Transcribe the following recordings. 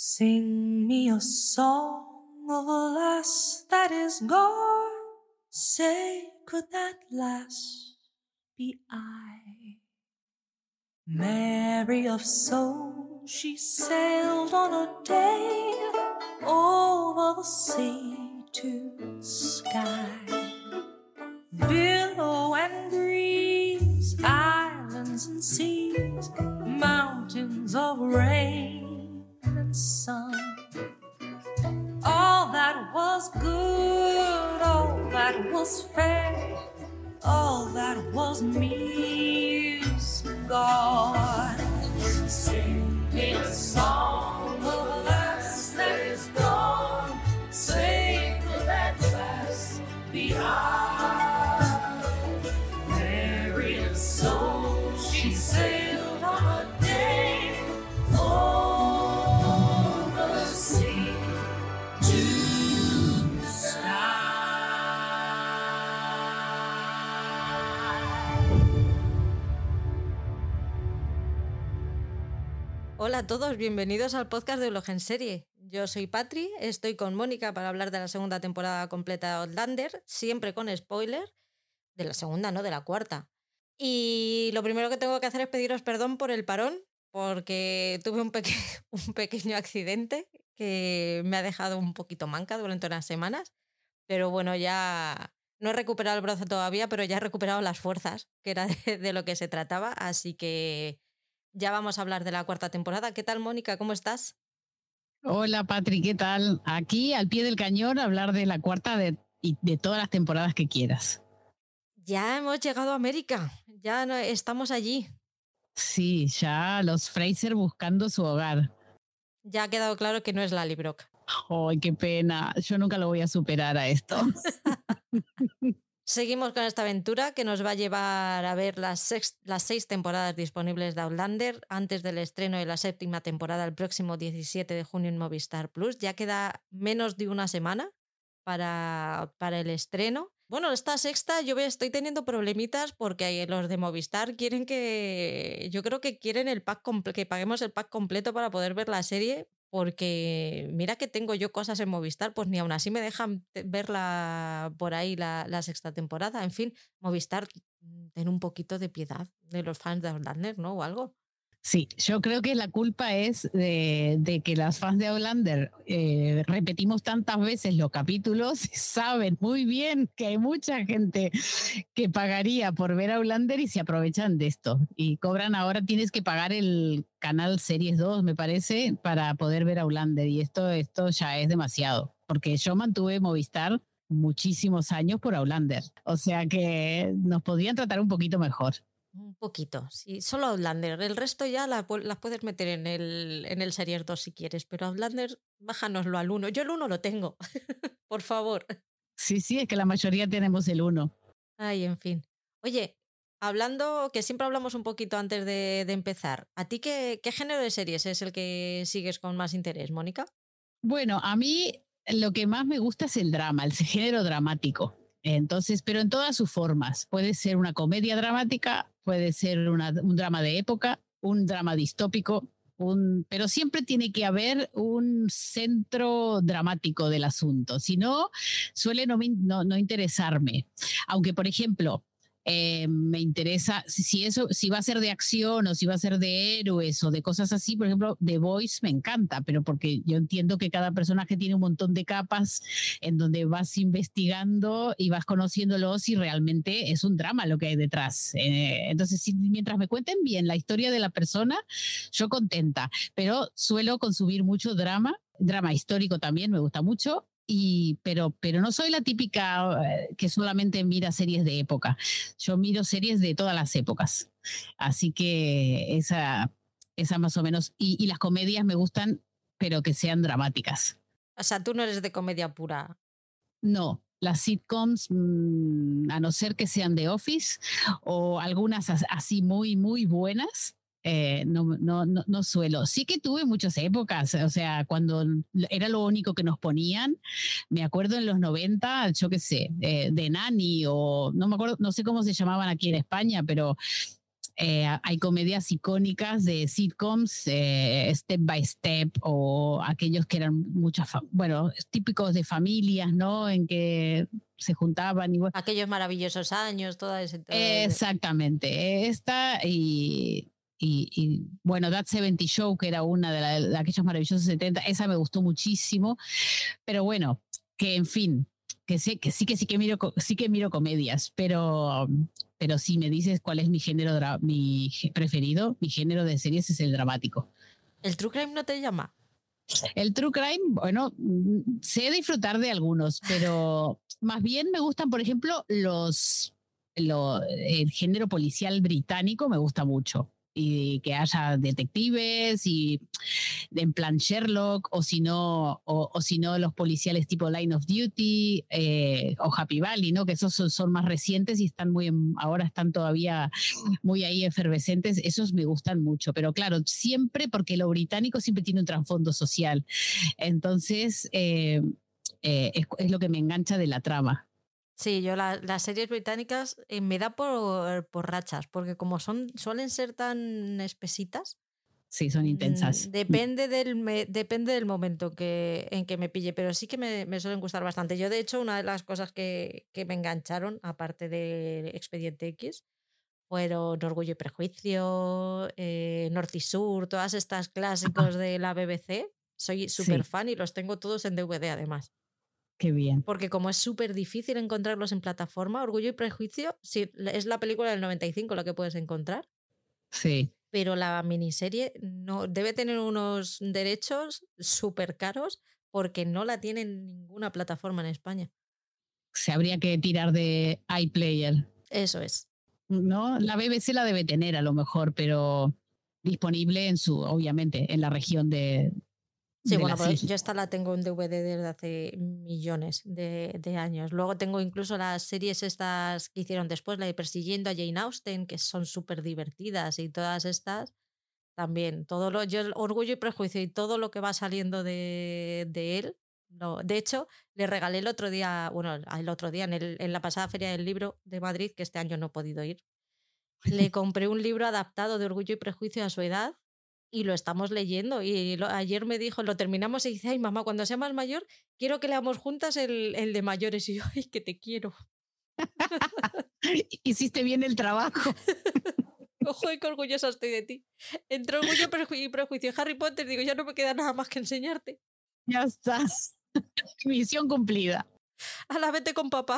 Sing me a song of a lass that is gone. Say, could that lass be I? Mary of soul, she sailed on a day over the sea to the sky. Billow and breeze, islands and seas, mountains of rain and sun. All that was good, all that was fair, all that was me's gone. Sing me a song of a lass that is gone. Say, could that lass be I? Mary of soul, she sailed on a day over the sea to the sky. Hola a todos, bienvenidos al podcast de Blog en Serie. Yo soy Patri, estoy con Mónica para hablar de la segunda temporada completa de Outlander, siempre con spoiler, de la segunda, no de la cuarta. Y lo primero que tengo que hacer es pediros perdón por el parón, porque tuve un pequeño accidente que me ha dejado un poquito manca durante unas semanas, pero bueno, ya no he recuperado el brazo todavía, pero ya he recuperado las fuerzas, que era de lo que se trataba, así que ya vamos a hablar de la cuarta temporada. ¿Qué tal, Mónica? ¿Cómo estás? Hola, Patri, ¿qué tal? Aquí, al pie del cañón, hablar de la cuarta y de todas las temporadas que quieras. Ya hemos llegado a América, ya estamos allí. Sí, ya los Fraser buscando su hogar. Ya ha quedado claro que no es Lally Brock. ¡Ay, qué pena! Yo nunca lo voy a superar a esto. Seguimos con esta aventura que nos va a llevar a ver las 6 temporadas disponibles de Outlander antes del estreno de la 7ª temporada el próximo 17 de junio en Movistar Plus. Ya queda menos de una semana para el estreno. Bueno, esta sexta yo estoy teniendo problemitas porque los de Movistar quieren yo creo que quieren el pack que paguemos el pack completo para poder ver la serie, porque mira que tengo yo cosas en Movistar, pues ni aún así me dejan verla por ahí la sexta temporada. En fin, Movistar, ten un poquito de piedad de los fans de Outlander, ¿no? O algo. Sí, yo creo que la culpa es de que las fans de Outlander repetimos tantas veces los capítulos y saben muy bien que hay mucha gente que pagaría por ver Outlander y se aprovechan de esto. Y cobran ahora, tienes que pagar el canal Series 2, me parece, para poder ver Outlander. Y esto ya es demasiado, porque yo mantuve Movistar muchísimos años por Outlander. O sea que nos podrían tratar un poquito mejor. Un poquito, sí, solo Outlander. El resto ya las puedes meter en el Series 2 si quieres, pero Outlander, bájanoslo al 1. Yo el 1 lo tengo, por favor. Sí, es que la mayoría tenemos el 1. Ay, en fin. Oye, hablando, que siempre hablamos un poquito antes de empezar, ¿a ti qué género de series es el que sigues con más interés, Mónica? Bueno, a mí lo que más me gusta es el drama, el género dramático. Entonces, pero en todas sus formas. Puede ser una comedia dramática, puede ser un drama de época, un drama distópico, pero siempre tiene que haber un centro dramático del asunto. Si no, suele no interesarme. Aunque, por ejemplo, me interesa si va a ser de acción o si va a ser de héroes o de cosas así. Por ejemplo, The Voice me encanta, pero porque yo entiendo que cada personaje tiene un montón de capas en donde vas investigando y vas conociéndolos y realmente es un drama lo que hay detrás. Entonces, mientras me cuenten bien la historia de la persona, yo contenta, pero suelo consumir mucho drama histórico también, me gusta mucho. Pero no soy la típica que solamente mira series de época. Yo miro series de todas las épocas. Así que esa más o menos. Y las comedias me gustan, pero que sean dramáticas. O sea, tú no eres de comedia pura. No, las sitcoms, a no ser que sean de Office o algunas así muy, muy buenas. No suelo. Sí que tuve muchas épocas, o sea, cuando era lo único que nos ponían, me acuerdo en los 90, yo qué sé, de Nanny o no me acuerdo, no sé cómo se llamaban aquí en España, pero hay comedias icónicas de sitcoms, Step by Step, o aquellos que eran típicos de familias, ¿no? En que se juntaban. Aquellos maravillosos años, toda ese... Exactamente. Esta y bueno, That 70 Show, que era una de aquellos maravillosos 70, esa me gustó muchísimo. Pero bueno, que en fin, que sí que miro comedias, pero si me dices cuál es mi género preferido, mi género de series es el dramático. ¿El True Crime no te llama? El True Crime, bueno, sé disfrutar de algunos, pero más bien me gustan, por ejemplo, el género policial británico me gusta mucho. Y que haya detectives y en plan Sherlock, o si no los policiales tipo Line of Duty o Happy Valley, ¿no? Que esos son más recientes y están ahora están todavía muy ahí efervescentes. Esos me gustan mucho, pero claro, siempre, porque lo británico siempre tiene un trasfondo social. Entonces es lo que me engancha de la trama. Sí, yo las series británicas me da por rachas, porque como suelen ser tan espesitas. Sí, son intensas. Depende del momento en que me pille, pero sí que me suelen gustar bastante. Yo, de hecho, una de las cosas que me engancharon, aparte de Expediente X, fueron Orgullo y Prejuicio, Norte y Sur, todas estas clásicos de la BBC. Soy súper fan y los tengo todos en DVD, además. Qué bien. Porque como es súper difícil encontrarlos en plataforma, Orgullo y Prejuicio, sí, es la película del 95 la que puedes encontrar. Sí. Pero la miniserie no debe tener unos derechos súper caros porque no la tiene ninguna plataforma en España. Se habría que tirar de iPlayer. Eso es. ¿No? La BBC la debe tener a lo mejor, pero disponible obviamente, en la región de... Sí, bueno, pues yo esta la tengo en DVD desde hace millones de años. Luego tengo incluso las series estas que hicieron después, la de Persiguiendo a Jane Austen, que son súper divertidas, y todas estas también. Yo Orgullo y Prejuicio y todo lo que va saliendo de él. No. De hecho, le regalé el otro día en la pasada Feria del Libro de Madrid, que este año no he podido ir, le compré un libro adaptado de Orgullo y Prejuicio a su edad. Y lo estamos leyendo. Y ayer me dijo, lo terminamos y dice, ay, mamá, cuando sea más mayor, quiero que leamos juntas el de mayores. Y yo, ay, que te quiero. Hiciste bien el trabajo. Ojo, qué orgullosa estoy de ti. Entre Orgullo y Prejuicio y Harry Potter, digo, ya no me queda nada más que enseñarte. Ya estás. Misión cumplida. A la vete con papá.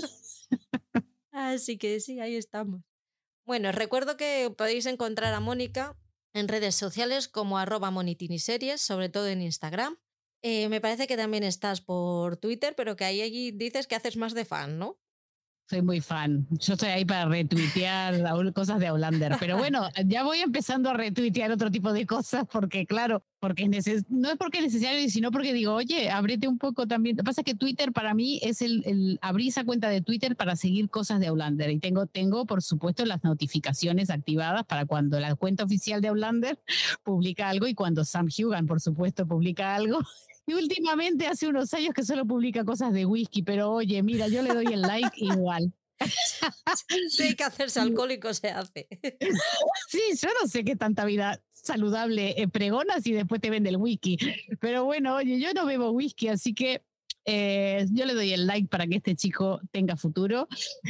Así que sí, ahí estamos. Bueno, recuerdo que podéis encontrar a Mónica en redes sociales como @monitiniseries, sobre todo en Instagram. Me parece que también estás por Twitter, pero que ahí dices que haces más de fan, ¿no? Soy muy fan. Yo estoy ahí para retuitear cosas de Outlander. Pero bueno, ya voy empezando a retuitear otro tipo de cosas porque, claro, no es porque es necesario, sino porque digo, oye, ábrete un poco también. Lo que pasa es que Twitter para mí es abrir esa cuenta de Twitter para seguir cosas de Outlander. Y tengo, por supuesto, las notificaciones activadas para cuando la cuenta oficial de Outlander publica algo y cuando Sam Hugan, por supuesto, publica algo. Y últimamente hace unos años que solo publica cosas de whisky, pero oye, mira, yo le doy el like igual. Si hay que hacerse alcohólico, se hace. Sí, yo no sé qué tanta vida saludable pregonas y después te vende el whisky. Pero bueno, oye, yo no bebo whisky, así que yo le doy el like para que este chico tenga futuro.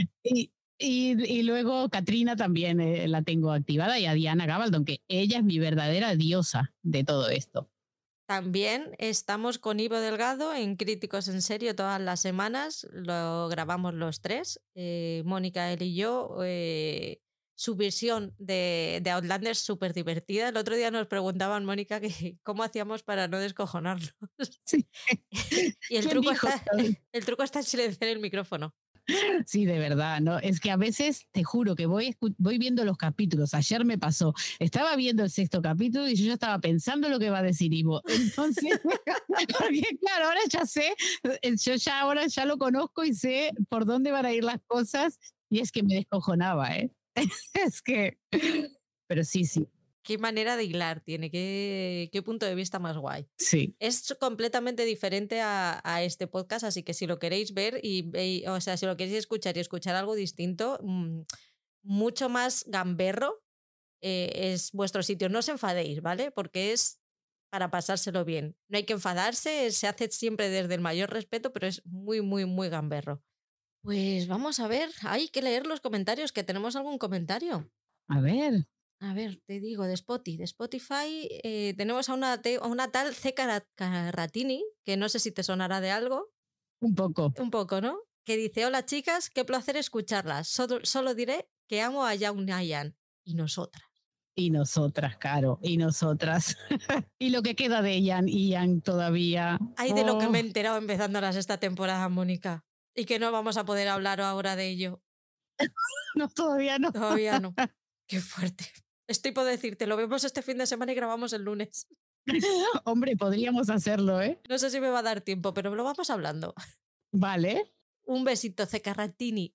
Y luego Katrina también la tengo activada, y a Diana Gabaldon, que ella es mi verdadera diosa de todo esto. También estamos con Ivo Delgado en Críticos en Serio todas las semanas. Lo grabamos los tres, Mónica, él y yo. Su versión de Outlander es súper divertida. El otro día nos preguntaban, Mónica, que cómo hacíamos para no descojonarnos. Sí. Y el truco está en silenciar el micrófono. Sí, de verdad, ¿no? Es que a veces, te juro que voy viendo los capítulos. Ayer me pasó, estaba viendo el 6º capítulo y yo ya estaba pensando lo que va a decir Ivo. Entonces, porque claro, ahora ya sé, ahora ya lo conozco y sé por dónde van a ir las cosas, y es que me descojonaba, ¿eh? Es que, pero sí. Qué manera de hilar tiene, qué punto de vista más guay. Sí. Es completamente diferente a este podcast, así que si lo queréis ver o sea, si lo queréis escuchar y escuchar algo distinto, mucho más gamberro, es vuestro sitio. No os enfadéis, ¿vale? Porque es para pasárselo bien. No hay que enfadarse, se hace siempre desde el mayor respeto, pero es muy, muy, muy gamberro. Pues vamos a ver, hay que leer los comentarios, que tenemos algún comentario. A ver. A ver, te digo, de Spotify tenemos a una tal C. Carratini, que no sé si te sonará de algo. Un poco, ¿no? Que dice, hola chicas, qué placer escucharlas. Solo diré que amo a Young Nyan y nosotras. Y nosotras, Caro, y nosotras. Y lo que queda de Ian todavía. Ay, de lo que me he enterado empezando esta temporada, Mónica. Y que no vamos a poder hablar ahora de ello. No, todavía no. Todavía no. Qué fuerte. Estoy por decirte, lo vemos este fin de semana y grabamos el lunes. Hombre, podríamos hacerlo, ¿eh? No sé si me va a dar tiempo, pero lo vamos hablando. Vale. Un besito, Cecarratini.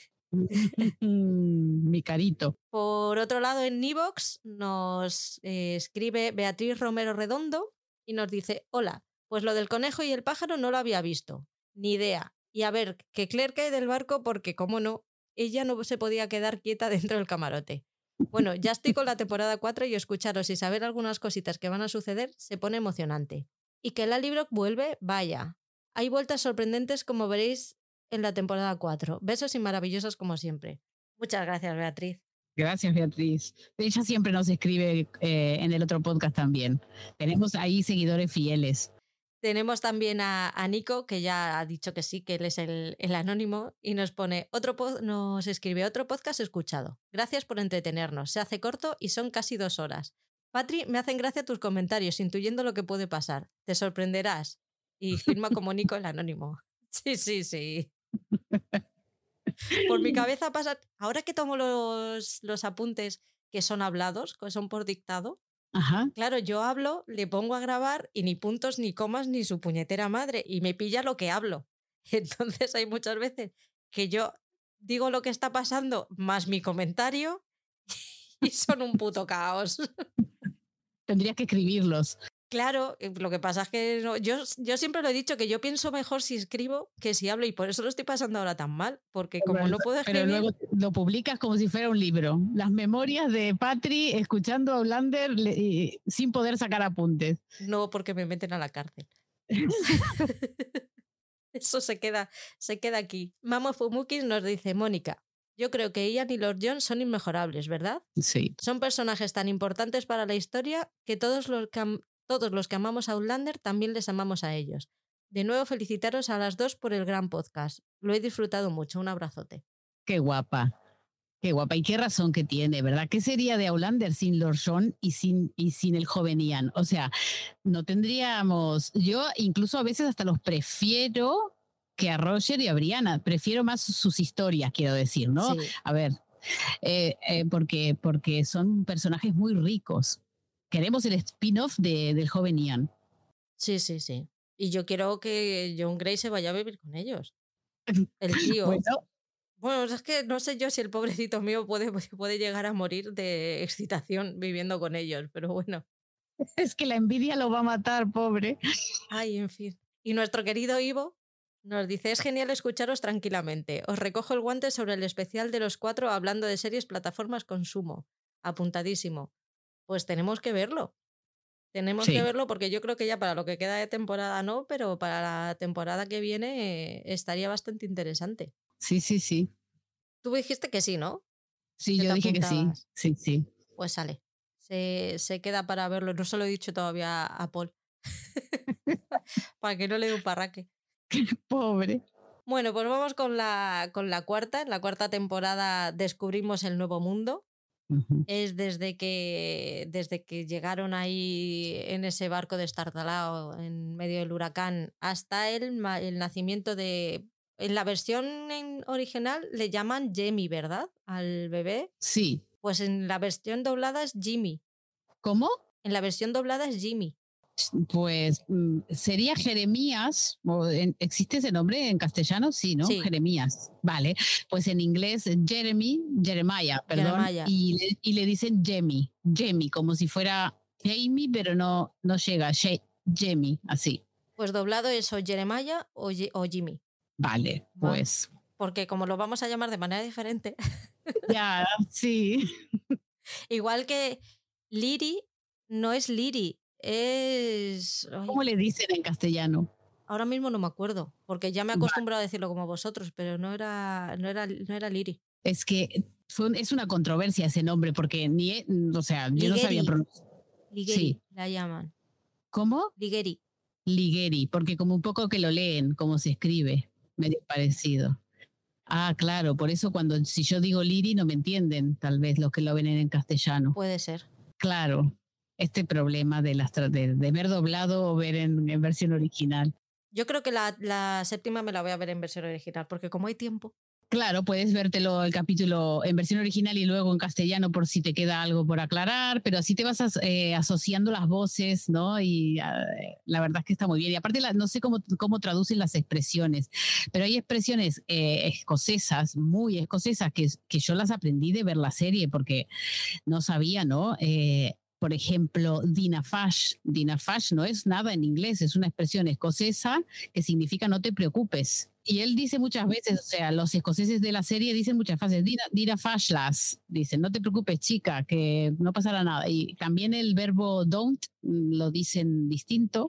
Mi carito. Por otro lado, en Nivox nos escribe Beatriz Romero Redondo y nos dice, hola, pues lo del conejo y el pájaro no lo había visto, ni idea. Y a ver, que Claire cae del barco porque, cómo no, ella no se podía quedar quieta dentro del camarote. Bueno, ya estoy con la temporada 4 y escucharos y saber algunas cositas que van a suceder se pone emocionante. Y que Lally Brock vuelve, vaya. Hay vueltas sorprendentes como veréis en la temporada 4. Besos y maravillosas como siempre. Muchas gracias, Beatriz. Gracias, Beatriz. Ella siempre nos escribe en el otro podcast también. Tenemos ahí seguidores fieles. Tenemos también a Nico, que ya ha dicho que sí, que él es el anónimo, y nos pone nos escribe otro podcast escuchado. Gracias por entretenernos. Se hace corto y son casi 2 horas. Patri, me hacen gracia tus comentarios, intuyendo lo que puede pasar. Te sorprenderás. Y firma como Nico el anónimo. Sí. Por mi cabeza pasa, ahora que tomo los apuntes que son hablados, que son por dictado, Ajá. claro, yo hablo, le pongo a grabar y ni puntos, ni comas, ni su puñetera madre, y me pilla lo que hablo. Entonces hay muchas veces que yo digo lo que está pasando más mi comentario y son un puto caos. Tendrías que escribirlos. Claro, lo que pasa es que yo siempre lo he dicho, que yo pienso mejor si escribo que si hablo, y por eso lo estoy pasando ahora tan mal, porque como no puedo escribir... Pero luego lo publicas como si fuera un libro. Las memorias de Patri escuchando a Outlander sin poder sacar apuntes. No, porque me meten a la cárcel. Eso se queda aquí. Mamo Fumukis nos dice, Mónica, yo creo que Ian y Lord John son inmejorables, ¿verdad? Sí. Son personajes tan importantes para la historia que todos los que amamos a Outlander también les amamos a ellos. De nuevo, felicitaros a las dos por el gran podcast. Lo he disfrutado mucho. Un abrazote. Qué guapa. Qué guapa. Y qué razón que tiene, ¿verdad? ¿Qué sería de Outlander sin Lord John y sin el joven Ian? O sea, no tendríamos... Yo incluso a veces hasta los prefiero que a Roger y a Brianna. Prefiero más sus historias, quiero decir, ¿no? Sí. A ver, porque son personajes muy ricos. Queremos el spin-off del joven Ian. Sí. Y yo quiero que John Grey se vaya a vivir con ellos. El tío. Bueno, es que no sé yo si el pobrecito mío puede llegar a morir de excitación viviendo con ellos, pero bueno. Es que la envidia lo va a matar, pobre. Ay, en fin. Y nuestro querido Ivo nos dice, es genial escucharos tranquilamente. Os recojo el guante sobre el especial de los 4 hablando de series, plataformas, consumo. Apuntadísimo. Pues tenemos que verlo. Tenemos que verlo porque yo creo que ya para lo que queda de temporada no, pero para la temporada que viene estaría bastante interesante. Sí. Tú dijiste que sí, ¿no? Sí, yo dije apuntabas? que sí. Sí. Pues sale. Se queda para verlo. No se lo he dicho todavía a Paul. Para que no le dé un parraque. Pobre. Bueno, pues vamos con la cuarta. En la cuarta temporada descubrimos el nuevo mundo. Uh-huh. Es desde que llegaron ahí en ese barco destartalado en medio del huracán hasta el nacimiento de... En la versión original le llaman Jamie, ¿verdad? Al bebé. Sí. Pues en la versión doblada es Jimmy. ¿Cómo? En la versión doblada es Jimmy. Pues sería Jeremías. ¿Existe ese nombre en castellano? Sí, ¿no? Sí. Jeremías. Vale. Pues en inglés Jeremiah, perdón. Jeremiah. Y le dicen Jamie, como si fuera Jamie, pero no llega. Jamie, así. Pues doblado es o Jeremiah o Jimmy. Vale, pues. Porque como lo vamos a llamar de manera diferente. Ya, sí. Igual que Liri no es Liri, es... Ay, ¿Cómo le dicen en castellano? ahora mismo no me acuerdo, porque ya me he Vale. acostumbrado a decirlo como vosotros, pero no era Liri. Es que es una controversia ese nombre, porque o sea, yo no sabía Ligeri. pronunciar. Ligeri Sí. la llaman. ¿Cómo? Ligeri. Ligeri, porque como un poco que lo leen, como se escribe, medio parecido. Ah, claro, por eso si yo digo Liri no me entienden, tal vez los que lo ven en castellano. Puede ser. Claro, este problema de ver doblado o ver en versión original. Yo creo que la séptima me la voy a ver en versión original, porque como hay tiempo. Claro, puedes vértelo el capítulo en versión original y luego en castellano por si te queda algo por aclarar, pero así te vas asociando las voces, ¿no? Y la verdad es que está muy bien. Y aparte, no sé cómo traducen las expresiones, pero hay expresiones escocesas, muy escocesas, que yo las aprendí de ver la serie porque no sabía, ¿no? Por ejemplo, Dinafash. Dinafash no es nada en inglés, es una expresión escocesa que significa no te preocupes. Y él dice muchas veces, o sea, los escoceses de la serie dicen muchas frases, Dinafash las, dicen, no te preocupes, chica, que no pasará nada. Y también el verbo don't lo dicen distinto.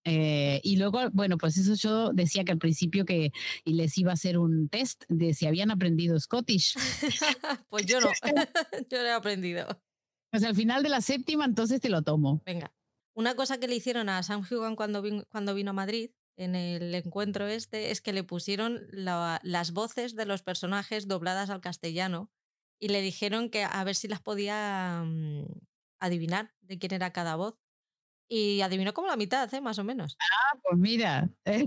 Y luego, bueno, pues eso yo decía que al principio y les iba a hacer un test de si habían aprendido Scottish. Pues yo no, yo lo he aprendido. Pues al final de la séptima, entonces te lo tomo. Venga. Una cosa que le hicieron a Sam Heughan cuando vino a Madrid, en el encuentro este, es que le pusieron las voces de los personajes dobladas al castellano y le dijeron que a ver si las podía adivinar de quién era cada voz. Y adivinó como la mitad, más o menos. Ah, pues mira,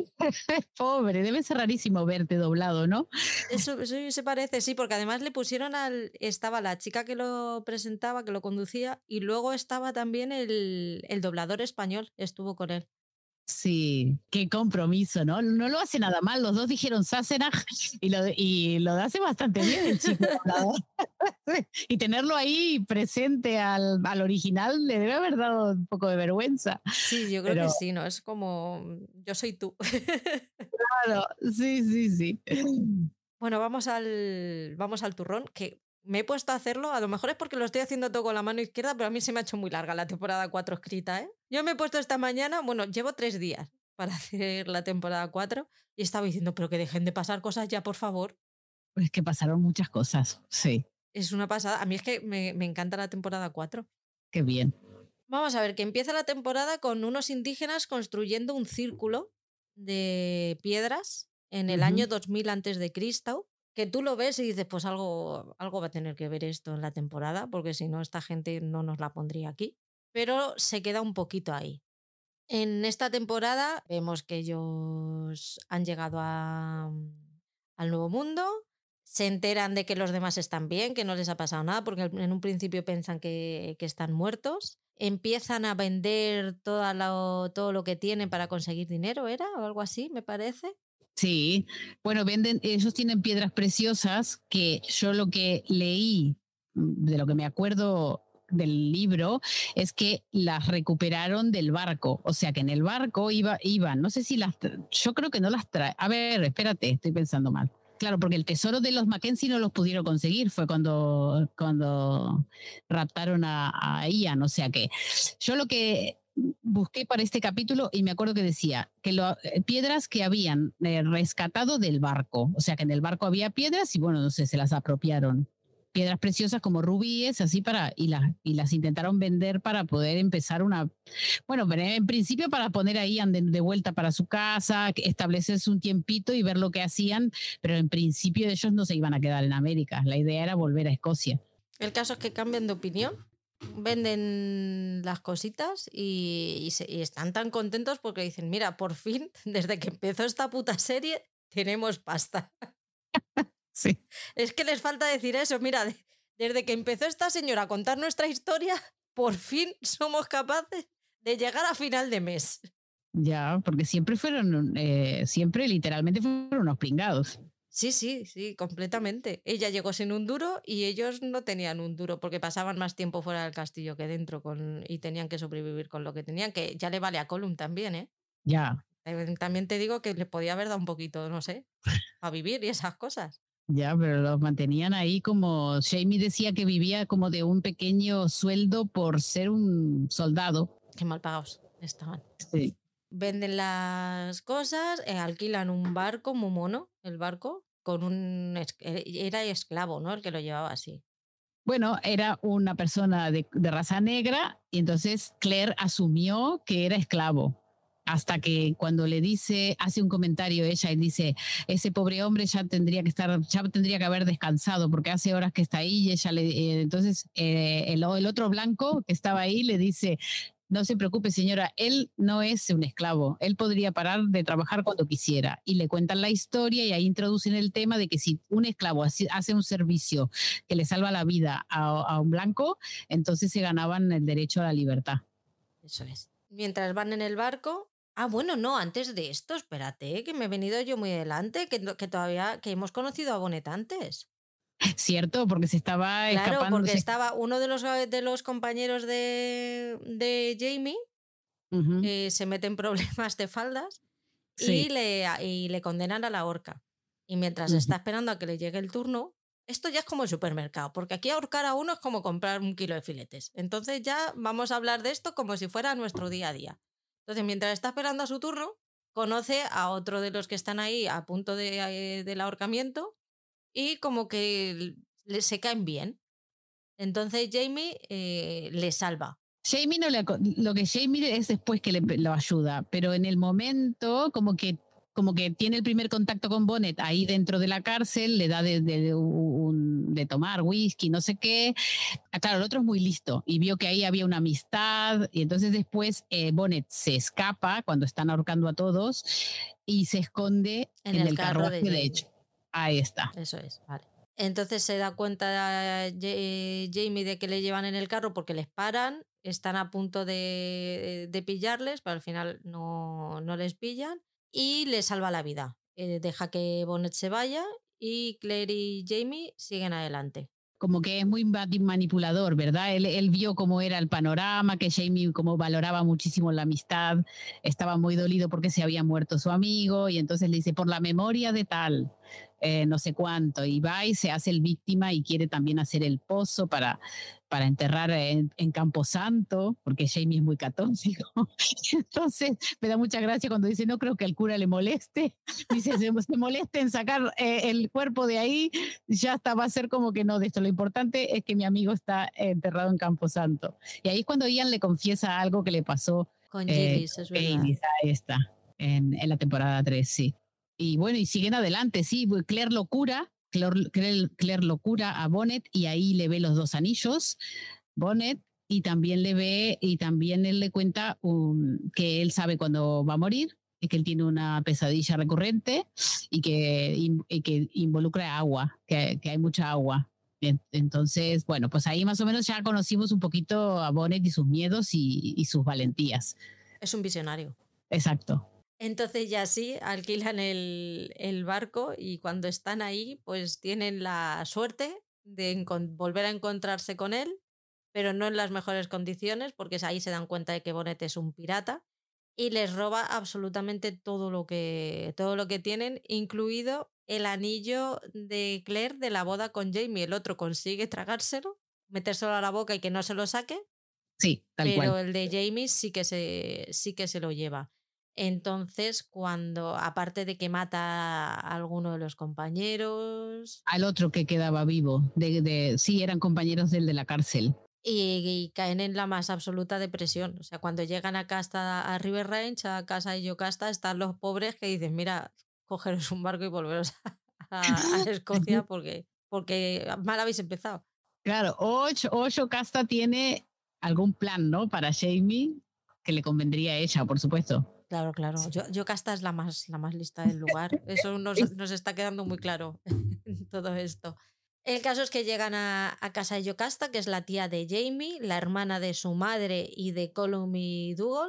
pobre, debe ser rarísimo verte doblado, ¿no? Eso se parece, sí, porque además le pusieron estaba la chica que lo presentaba, que lo conducía, y luego estaba también el doblador español, estuvo con él. Sí, qué compromiso, ¿no? No lo hace nada mal, los dos dijeron Sassenach y lo hace bastante bien el chico doblador. Y tenerlo ahí presente al original le debe haber dado un poco de vergüenza. Sí, yo creo que sí, ¿no? Es como, yo soy tú. Claro, sí. Bueno, vamos al turrón, que me he puesto a hacerlo, a lo mejor es porque lo estoy haciendo todo con la mano izquierda, pero a mí se me ha hecho muy larga la temporada 4 escrita, ¿eh? Yo me he puesto esta mañana, bueno, llevo 3 días para hacer la temporada 4 y estaba diciendo, pero que dejen de pasar cosas ya, por favor. Pues que pasaron muchas cosas, sí. Es una pasada. A mí es que me encanta la temporada 4. Qué bien. Vamos a ver, que empieza la temporada con unos indígenas construyendo un círculo de piedras en el año 2000 antes de Cristo, que tú lo ves y dices, pues algo va a tener que ver esto en la temporada, porque si no, esta gente no nos la pondría aquí. Pero se queda un poquito ahí. En esta temporada vemos que ellos han llegado al Nuevo Mundo, se enteran de que los demás están bien, que no les ha pasado nada, porque en un principio piensan que están muertos. Empiezan a vender todo lo que tienen para conseguir dinero, ¿era? O algo así, me parece. Sí, bueno, ellos tienen piedras preciosas que yo lo que leí, de lo que me acuerdo del libro, es que las recuperaron del barco. O sea que en el barco iban, no sé si yo creo que no las trae. A ver, espérate, estoy pensando mal. Claro, porque el tesoro de los Mackenzie no los pudieron conseguir, fue cuando raptaron a Ian. O sea que yo lo que busqué para este capítulo y me acuerdo que decía que piedras que habían rescatado del barco, o sea que en el barco había piedras y bueno, no sé, se las apropiaron. Piedras preciosas como rubíes, así y las intentaron vender para poder empezar bueno, pero en principio para poner ahí de vuelta para su casa, establecerse un tiempito y ver lo que hacían, pero en principio ellos no se iban a quedar en América, la idea era volver a Escocia. El caso es que cambian de opinión, venden las cositas y están tan contentos porque dicen, mira, por fin, desde que empezó esta puta serie, tenemos pasta. Sí. Es que les falta decir eso, mira, desde que empezó esta señora a contar nuestra historia, por fin somos capaces de llegar a final de mes. Ya, porque siempre literalmente fueron unos pringados. Sí, completamente. Ella llegó sin un duro y ellos no tenían un duro porque pasaban más tiempo fuera del castillo que dentro y tenían que sobrevivir con lo que tenían, que ya le vale a Colum también, ¿eh? Ya. También te digo que le podía haber dado un poquito, no sé, a vivir y esas cosas. Ya, pero los mantenían ahí como Jamie decía que vivía como de un pequeño sueldo por ser un soldado. Qué mal pagados estaban. Sí. Venden las cosas, alquilan un barco muy mono, el barco, con era esclavo, ¿no? El que lo llevaba así. Bueno, era una persona de raza negra y entonces Claire asumió que era esclavo. Hasta que cuando le dice, hace un comentario ella y dice, ese pobre hombre ya tendría que estar, ya tendría que haber descansado porque hace horas que está ahí y ella entonces el otro blanco que estaba ahí le dice, no se preocupe señora, él no es un esclavo, él podría parar de trabajar cuando quisiera. Y le cuentan la historia y ahí introducen el tema de que si un esclavo hace un servicio que le salva la vida a un blanco, entonces se ganaban el derecho a la libertad. Eso es. Mientras van en el barco. Ah, bueno, no, antes de esto, espérate, que me he venido yo muy adelante, que todavía, que hemos conocido a Bonnet antes. Cierto, porque se estaba Claro, escapando. porque estaba uno de los compañeros de Jamie, se mete en problemas de faldas Sí. y le condenan a la horca. Y mientras está esperando a que le llegue el turno, esto ya es como el supermercado, porque aquí ahorcar a uno es como comprar 1 kilo de filetes. Entonces ya vamos a hablar de esto como si fuera nuestro día a día. Entonces, mientras está esperando a su turno, conoce a otro de los que están ahí a punto del ahorcamiento y como que se caen bien. Entonces Jamie le salva. Jamie no lo que Jamie es después que lo ayuda, pero en el momento como que tiene el primer contacto con Bonnet ahí dentro de la cárcel, le da de tomar whisky, no sé qué. Ah, claro, el otro es muy listo y vio que ahí había una amistad y entonces después Bonnet se escapa cuando están ahorcando a todos y se esconde en el carro carruaje de hecho. Ahí está. Eso es, vale. Entonces se da cuenta Jamie de que le llevan en el carro porque les paran, están a punto de pillarles, pero al final no les pillan y le salva la vida. Deja que Bonnet se vaya y Claire y Jamie siguen adelante. Como que es muy manipulador, ¿verdad? Él vio cómo era el panorama, que Jamie como valoraba muchísimo la amistad, estaba muy dolido porque se había muerto su amigo y entonces le dice, por la memoria de tal, no sé cuánto, y va y se hace el víctima y quiere también hacer el pozo para enterrar en Camposanto, porque Jamie es muy católico. Entonces me da mucha gracia cuando dice, no creo que al cura le moleste, dice, se moleste en sacar el cuerpo de ahí, ya está, va a ser como que no de esto, lo importante es que mi amigo está enterrado en Camposanto. Y ahí es cuando Ian le confiesa algo que le pasó con Gillis, es verdad. Ahí está, en la temporada 3, sí. Y bueno, y siguen adelante, sí, Claire lo cura, Claire lo cura a Bonnet y ahí le ve los 2 anillos, Bonnet, y también él le cuenta que él sabe cuándo va a morir, y que él tiene una pesadilla recurrente y que involucra agua, que hay mucha agua. Entonces, bueno, pues ahí más o menos ya conocimos un poquito a Bonnet y sus miedos y sus valentías. Es un visionario. Exacto. Entonces ya sí, alquilan el barco y cuando están ahí, pues tienen la suerte de volver a encontrarse con él, pero no en las mejores condiciones, porque ahí se dan cuenta de que Bonnet es un pirata y les roba absolutamente todo lo que tienen, incluido el anillo de Claire de la boda con Jamie. El otro consigue tragárselo, metérselo a la boca y que no se lo saque. Sí, tal pero cual. el de Jamie sí que se lo lleva. Entonces, cuando, aparte de que mata a alguno de los compañeros. Al otro que quedaba vivo, sí, eran compañeros del de la cárcel. Y caen en la más absoluta depresión. O sea, cuando llegan acá hasta a River Range, a casa de Yocasta, están los pobres que dicen, mira, cogeros un barco y volveros a Escocia porque mal habéis empezado. Claro, o Yocasta tiene algún plan, ¿no? Para Jamie, que le convendría a ella, por supuesto. Claro. Yocasta es la más lista del lugar. Eso nos está quedando muy claro en todo esto. El caso es que llegan a casa de Yocasta, que es la tía de Jamie, la hermana de su madre y de Colum y Dougal,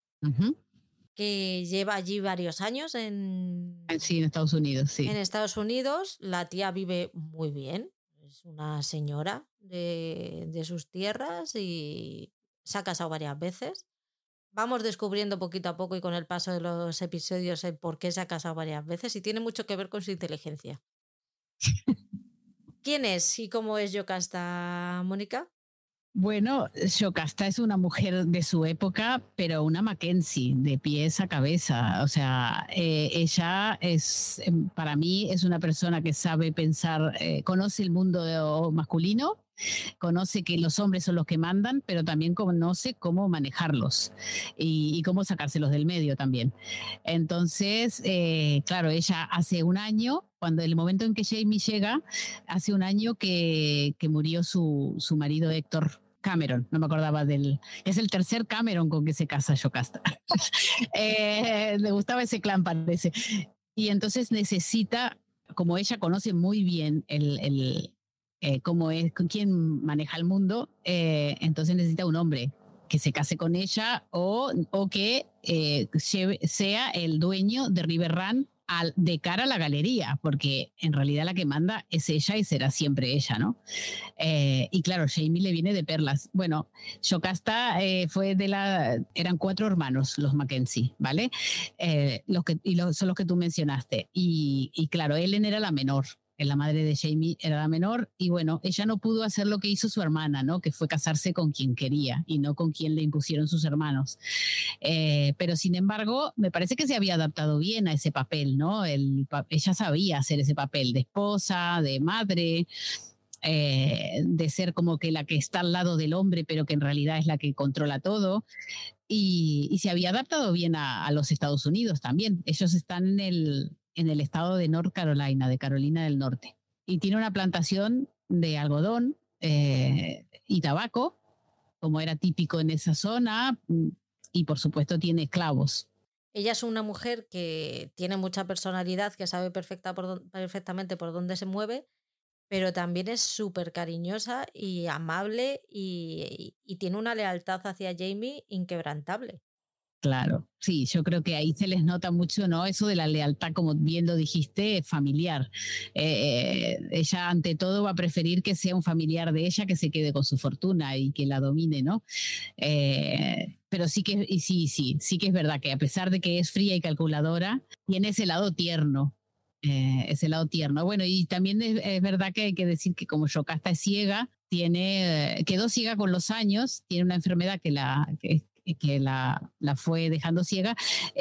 que lleva allí varios años Sí, en Estados Unidos, sí. En Estados Unidos, la tía vive muy bien. Es una señora de sus tierras y se ha casado varias veces. Vamos descubriendo poquito a poco y con el paso de los episodios el por qué se ha casado varias veces y tiene mucho que ver con su inteligencia. ¿Quién es y cómo es Yocasta, Mónica? Bueno, Shokasta es una mujer de su época, pero una Mackenzie, de pies a cabeza. O sea, ella es, para mí, es una persona que sabe pensar, conoce el mundo masculino, conoce que los hombres son los que mandan, pero también conoce cómo manejarlos y cómo sacárselos del medio también. Entonces, claro, ella hace un año, cuando el momento en que Jamie llega, hace un año que murió su marido Héctor Cameron, no me acordaba del... Es el tercer Cameron con que se casa Yocasta. Le gustaba ese clan, parece. Y entonces necesita, como ella conoce muy bien cómo es, con quién maneja el mundo, entonces necesita un hombre que se case con ella o que sea el dueño de River Run de cara a la galería, porque en realidad la que manda es ella y será siempre ella, ¿no? Y claro, Jamie le viene de perlas. Bueno, Yocasta eran 4 hermanos los Mackenzie, ¿vale? Son los que tú mencionaste. Y claro, Ellen era la menor. La madre de Jamie era la menor y bueno, ella no pudo hacer lo que hizo su hermana, ¿no? Que fue casarse con quien quería y no con quien le impusieron sus hermanos. Pero sin embargo, me parece que se había adaptado bien a ese papel, ¿no? Ella sabía hacer ese papel de esposa, de madre, de ser como que la que está al lado del hombre, pero que en realidad es la que controla todo. Y se había adaptado bien a los Estados Unidos también. Ellos están en el estado de North Carolina, de Carolina del Norte. Y tiene una plantación de algodón y tabaco, como era típico en esa zona, y por supuesto tiene esclavos. Ella es una mujer que tiene mucha personalidad, que sabe perfectamente por dónde se mueve, pero también es súper cariñosa y amable y tiene una lealtad hacia Jamie inquebrantable. Claro, sí, yo creo que ahí se les nota mucho, ¿no? Eso de la lealtad, como bien lo dijiste, familiar. Ella ante todo va a preferir que sea un familiar de ella que se quede con su fortuna y que la domine, ¿no? Pero sí que, y sí que es verdad que a pesar de que es fría y calculadora, tiene ese lado tierno. Ese lado tierno. Bueno, y también es verdad que hay que decir que como Yocasta es ciega, quedó ciega con los años, tiene una enfermedad que la fue dejando ciega,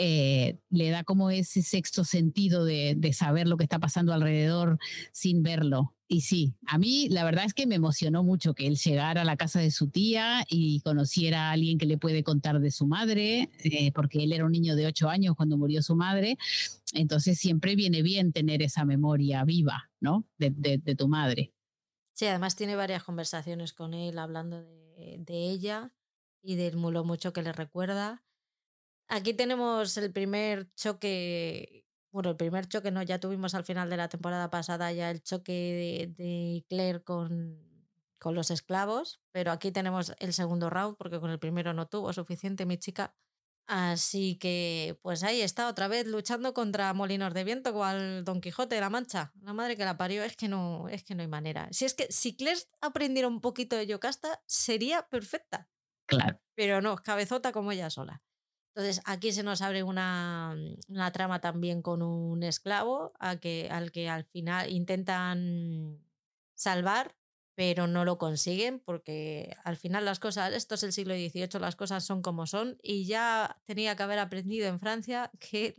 le da como ese sexto sentido de saber lo que está pasando alrededor sin verlo. Y sí, a mí la verdad es que me emocionó mucho que él llegara a la casa de su tía y conociera a alguien que le puede contar de su madre, porque él era un niño de 8 años cuando murió su madre. Entonces siempre viene bien tener esa memoria viva, ¿no? De tu madre. Sí, además tiene varias conversaciones con él hablando de ella y de lo mucho que le recuerda. Aquí tenemos el primer choque, bueno, el primer choque no, ya tuvimos al final de la temporada pasada ya el choque de Claire con los esclavos, pero aquí tenemos el segundo round porque con el primero no tuvo suficiente mi chica. Así que pues ahí está otra vez luchando contra molinos de viento cual Don Quijote de la Mancha. La madre que la parió, es que no hay manera. Si es que si Claire aprendiera un poquito de Yocasta sería perfecta. Claro. Pero no, cabezota como ella sola. Entonces aquí se nos abre una trama también con un esclavo al que al final intentan salvar, pero no lo consiguen porque al final las cosas, esto es el siglo XVIII, las cosas son como son y ya tenía que haber aprendido en Francia que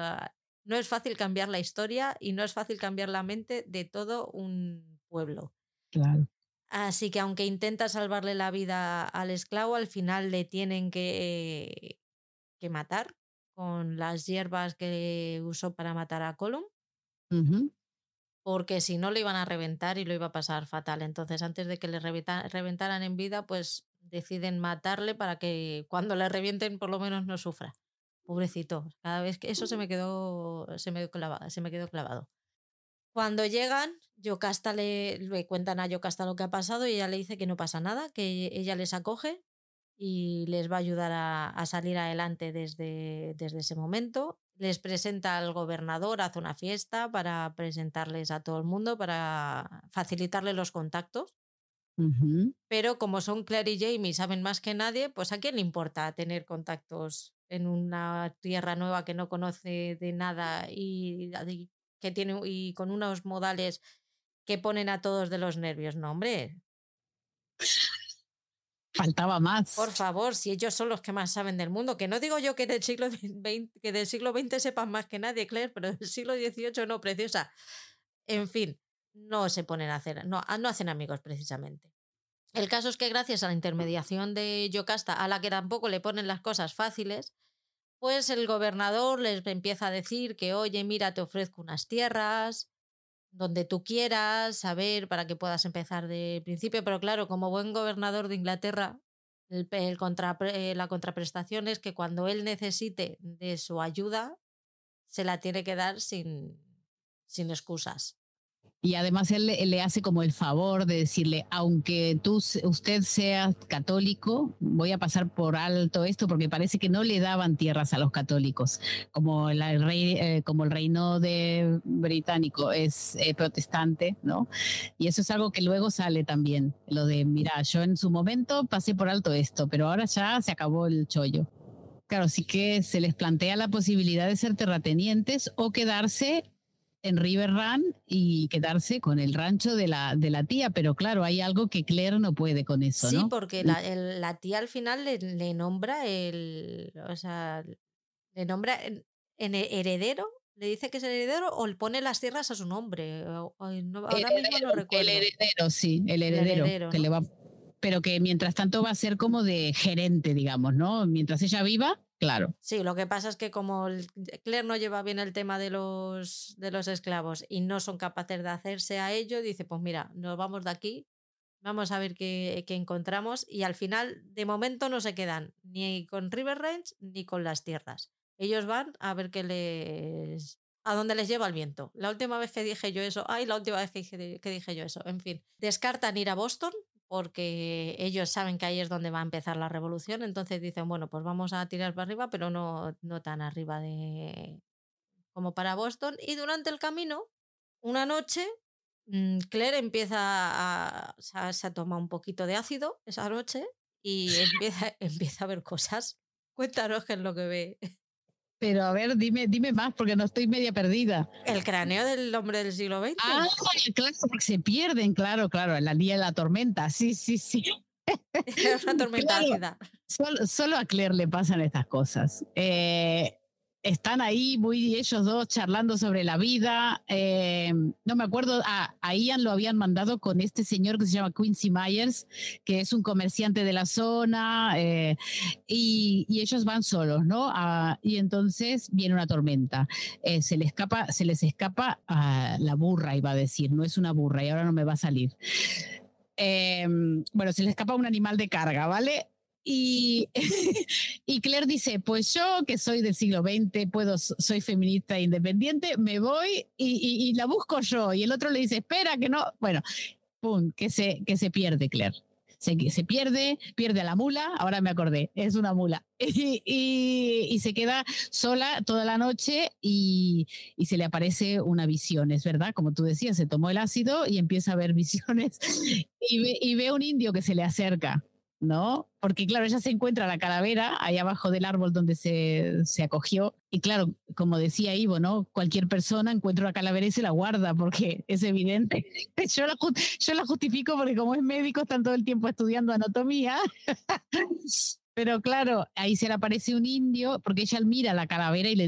no es fácil cambiar la historia y no es fácil cambiar la mente de todo un pueblo. Claro. Así que aunque intenta salvarle la vida al esclavo, al final le tienen que matar con las hierbas que usó para matar a Colum. Uh-huh. Porque si no lo iban a reventar y lo iba a pasar fatal. Entonces, antes de que le reventaran en vida, pues deciden matarle para que cuando le revienten por lo menos no sufra. Pobrecito. Cada vez que eso se me quedó clavado. Cuando llegan, Yocasta le cuentan a Yocasta lo que ha pasado y ella le dice que no pasa nada, que ella les acoge y les va a ayudar a salir adelante desde ese momento. Les presenta al gobernador, hace una fiesta para presentarles a todo el mundo, para facilitarle los contactos. Uh-huh. Pero como son Claire y Jamie, saben más que nadie, pues ¿a quién le importa tener contactos en una tierra nueva que no conoce de nada y con unos modales que ponen a todos de los nervios. No, hombre, Faltaba más. por favor, si ellos son los que más saben del mundo, que no digo yo que del siglo XX, que del siglo XX sepan más que nadie, Claire, pero del siglo XVIII no, preciosa. En fin, no se ponen a hacer, no hacen amigos precisamente. El caso es que gracias a la intermediación de Yocasta, a la que tampoco le ponen las cosas fáciles, pues el gobernador les empieza a decir que, oye, mira, te ofrezco unas tierras donde tú quieras, a ver, para que puedas empezar de principio. Pero claro, como buen gobernador de Inglaterra, la contraprestación es que cuando él necesite de su ayuda, se la tiene que dar sin excusas. Y además él le hace como el favor de decirle, aunque usted sea católico, voy a pasar por alto esto porque parece que no le daban tierras a los católicos, como como el reino de británico es protestante, ¿no? Y eso es algo que luego sale también, lo de, mira, yo en su momento pasé por alto esto, pero ahora ya se acabó el chollo. Claro, sí que se les plantea la posibilidad de ser terratenientes o quedarse en River Run y quedarse con el rancho de la tía, pero claro, hay algo que Claire no puede con eso, sí, ¿no? porque la tía al final le nombra o sea, le nombra en heredero, le dice que es heredero o le pone las tierras a su nombre. Ahora mismo no recuerdo. El heredero, sí, el heredero que ¿no? le va, pero que mientras tanto va a ser como de gerente, digamos, ¿no? Mientras ella viva, claro. Sí, lo que pasa es que como Claire no lleva bien el tema de los esclavos y no son capaces de hacerse a ello, dice, pues mira, nos vamos de aquí, vamos a ver qué encontramos, y al final, de momento, no se quedan ni con River Range ni con las tierras. Ellos van a ver a dónde les lleva el viento. La última vez que dije yo eso, la última vez que dije yo eso, en fin. Descartan ir a Boston porque ellos saben que ahí es donde va a empezar la revolución, entonces dicen, bueno, pues vamos a tirar para arriba, pero no tan arriba como para Boston. Y durante el camino, una noche, Claire se toma un poquito de ácido esa noche y empieza a ver cosas. Cuéntanos qué es lo que ve. Pero a ver, dime más, porque no estoy media perdida. El cráneo del hombre del siglo XX. Ah, claro, porque se pierden, claro, en la día de la tormenta, sí. Es una tormenta ácida. Solo a Claire le pasan estas cosas. Están ahí ellos dos charlando sobre la vida. No me acuerdo, a Ian lo habían mandado con este señor que se llama Quincy Myers, que es un comerciante de la zona, y ellos van solos, ¿no? Y entonces viene una tormenta. Se les escapa la burra, iba a decir, no es una burra y ahora no me va a salir. Bueno, se les escapa un animal de carga, ¿vale? Y Claire dice, pues yo que soy del siglo XX, soy feminista e independiente, me voy y la busco yo. Y el otro le dice, espera, que no. Bueno, pum, que se pierde Claire. Se pierde a la mula, ahora me acordé, es una mula. Y se queda sola toda la noche y se le aparece una visión, es verdad, como tú decías, se tomó el ácido y empieza a ver visiones y ve un indio que se le acerca, ¿no? Porque claro, ella se encuentra la calavera ahí abajo del árbol donde se acogió y claro, como decía Ivo, ¿no? Cualquier persona encuentra una calavera y se la guarda porque es evidente. Yo la justifico porque como es médico están todo el tiempo estudiando anatomía. Pero claro, ahí se le aparece un indio, porque ella mira la calavera y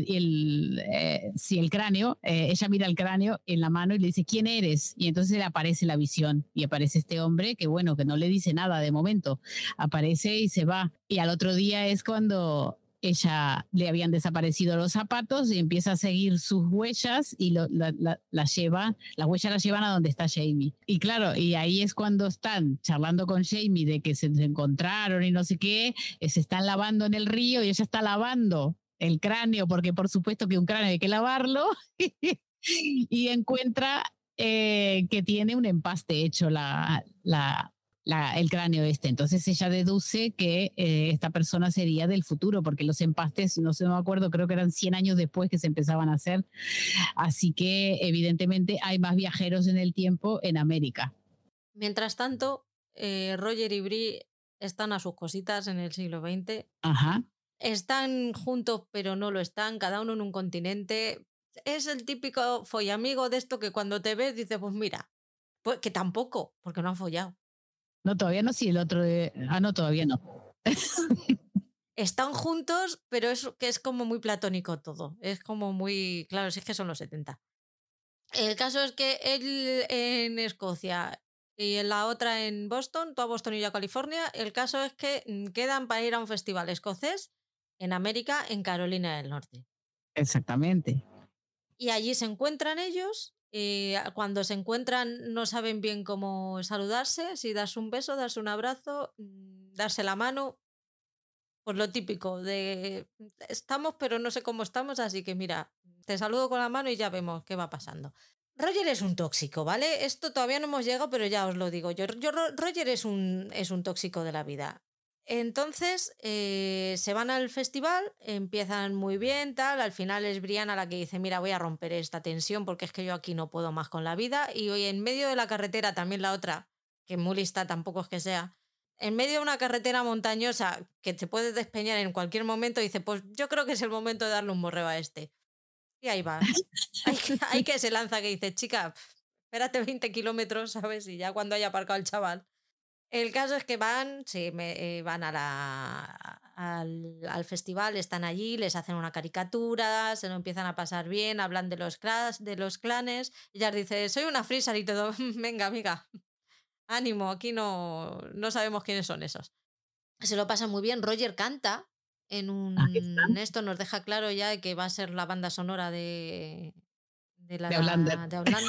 el cráneo, ella mira el cráneo en la mano y le dice, ¿quién eres? Y entonces le aparece la visión y aparece este hombre que bueno, que no le dice nada de momento, aparece y se va. Y al otro día es cuando ella le habían desaparecido los zapatos y empieza a seguir sus huellas y las huellas las llevan a donde está Jamie. Y claro, y ahí es cuando están charlando con Jamie de que se encontraron y no sé qué, se están lavando en el río y ella está lavando el cráneo, porque por supuesto que un cráneo hay que lavarlo, y encuentra que tiene un empaste hecho el cráneo este. Entonces ella deduce que esta persona sería del futuro, porque los empastes, no me acuerdo, creo que eran 100 años después que se empezaban a hacer. Así que evidentemente hay más viajeros en el tiempo en América. Mientras tanto, Roger y Bree están a sus cositas en el siglo XX. Ajá. Están juntos, pero no lo están, cada uno en un continente. Es el típico follamigo de esto que cuando te ves dices, pues mira, Pues que tampoco, porque no han follado. No, todavía no, sí, el otro no, todavía no. Están juntos, pero es como muy platónico todo. Es como muy... Claro, si es que son los 70. El caso es que él en Escocia y en la otra en Boston, tú a Boston y yo a California. El caso es que quedan para ir a un festival escocés en América, en Carolina del Norte. Exactamente. Y allí se encuentran ellos. Cuando se encuentran no saben bien cómo saludarse, si darse un beso, darse un abrazo, darse la mano. Pues lo típico de estamos pero no sé cómo estamos, así que mira, te saludo con la mano y ya vemos qué va pasando. Roger es un tóxico, ¿vale? Esto todavía no hemos llegado, pero ya os lo digo. Roger es un tóxico de la vida. Entonces se van al festival, empiezan muy bien, tal. Al final es Brianna la que dice: mira, voy a romper esta tensión porque es que yo aquí no puedo más con la vida. Y hoy en medio de la carretera también la otra, que muy lista tampoco es que sea, en medio de una carretera montañosa que te puedes despeñar en cualquier momento, dice: pues yo creo que es el momento de darle un morreo a este. Y ahí va. Hay que se lanza, que dice: chica, espérate 20 kilómetros, ¿sabes? Y ya cuando haya aparcado el chaval. El caso es que van, van al festival, están allí, les hacen una caricatura, se lo empiezan a pasar bien, hablan de los clanes. Y ella dice: soy una freezer y todo. Venga, amiga, ánimo, aquí no sabemos quiénes son esos. Se lo pasa muy bien. Roger canta esto nos deja claro ya que va a ser la banda sonora de Outlander.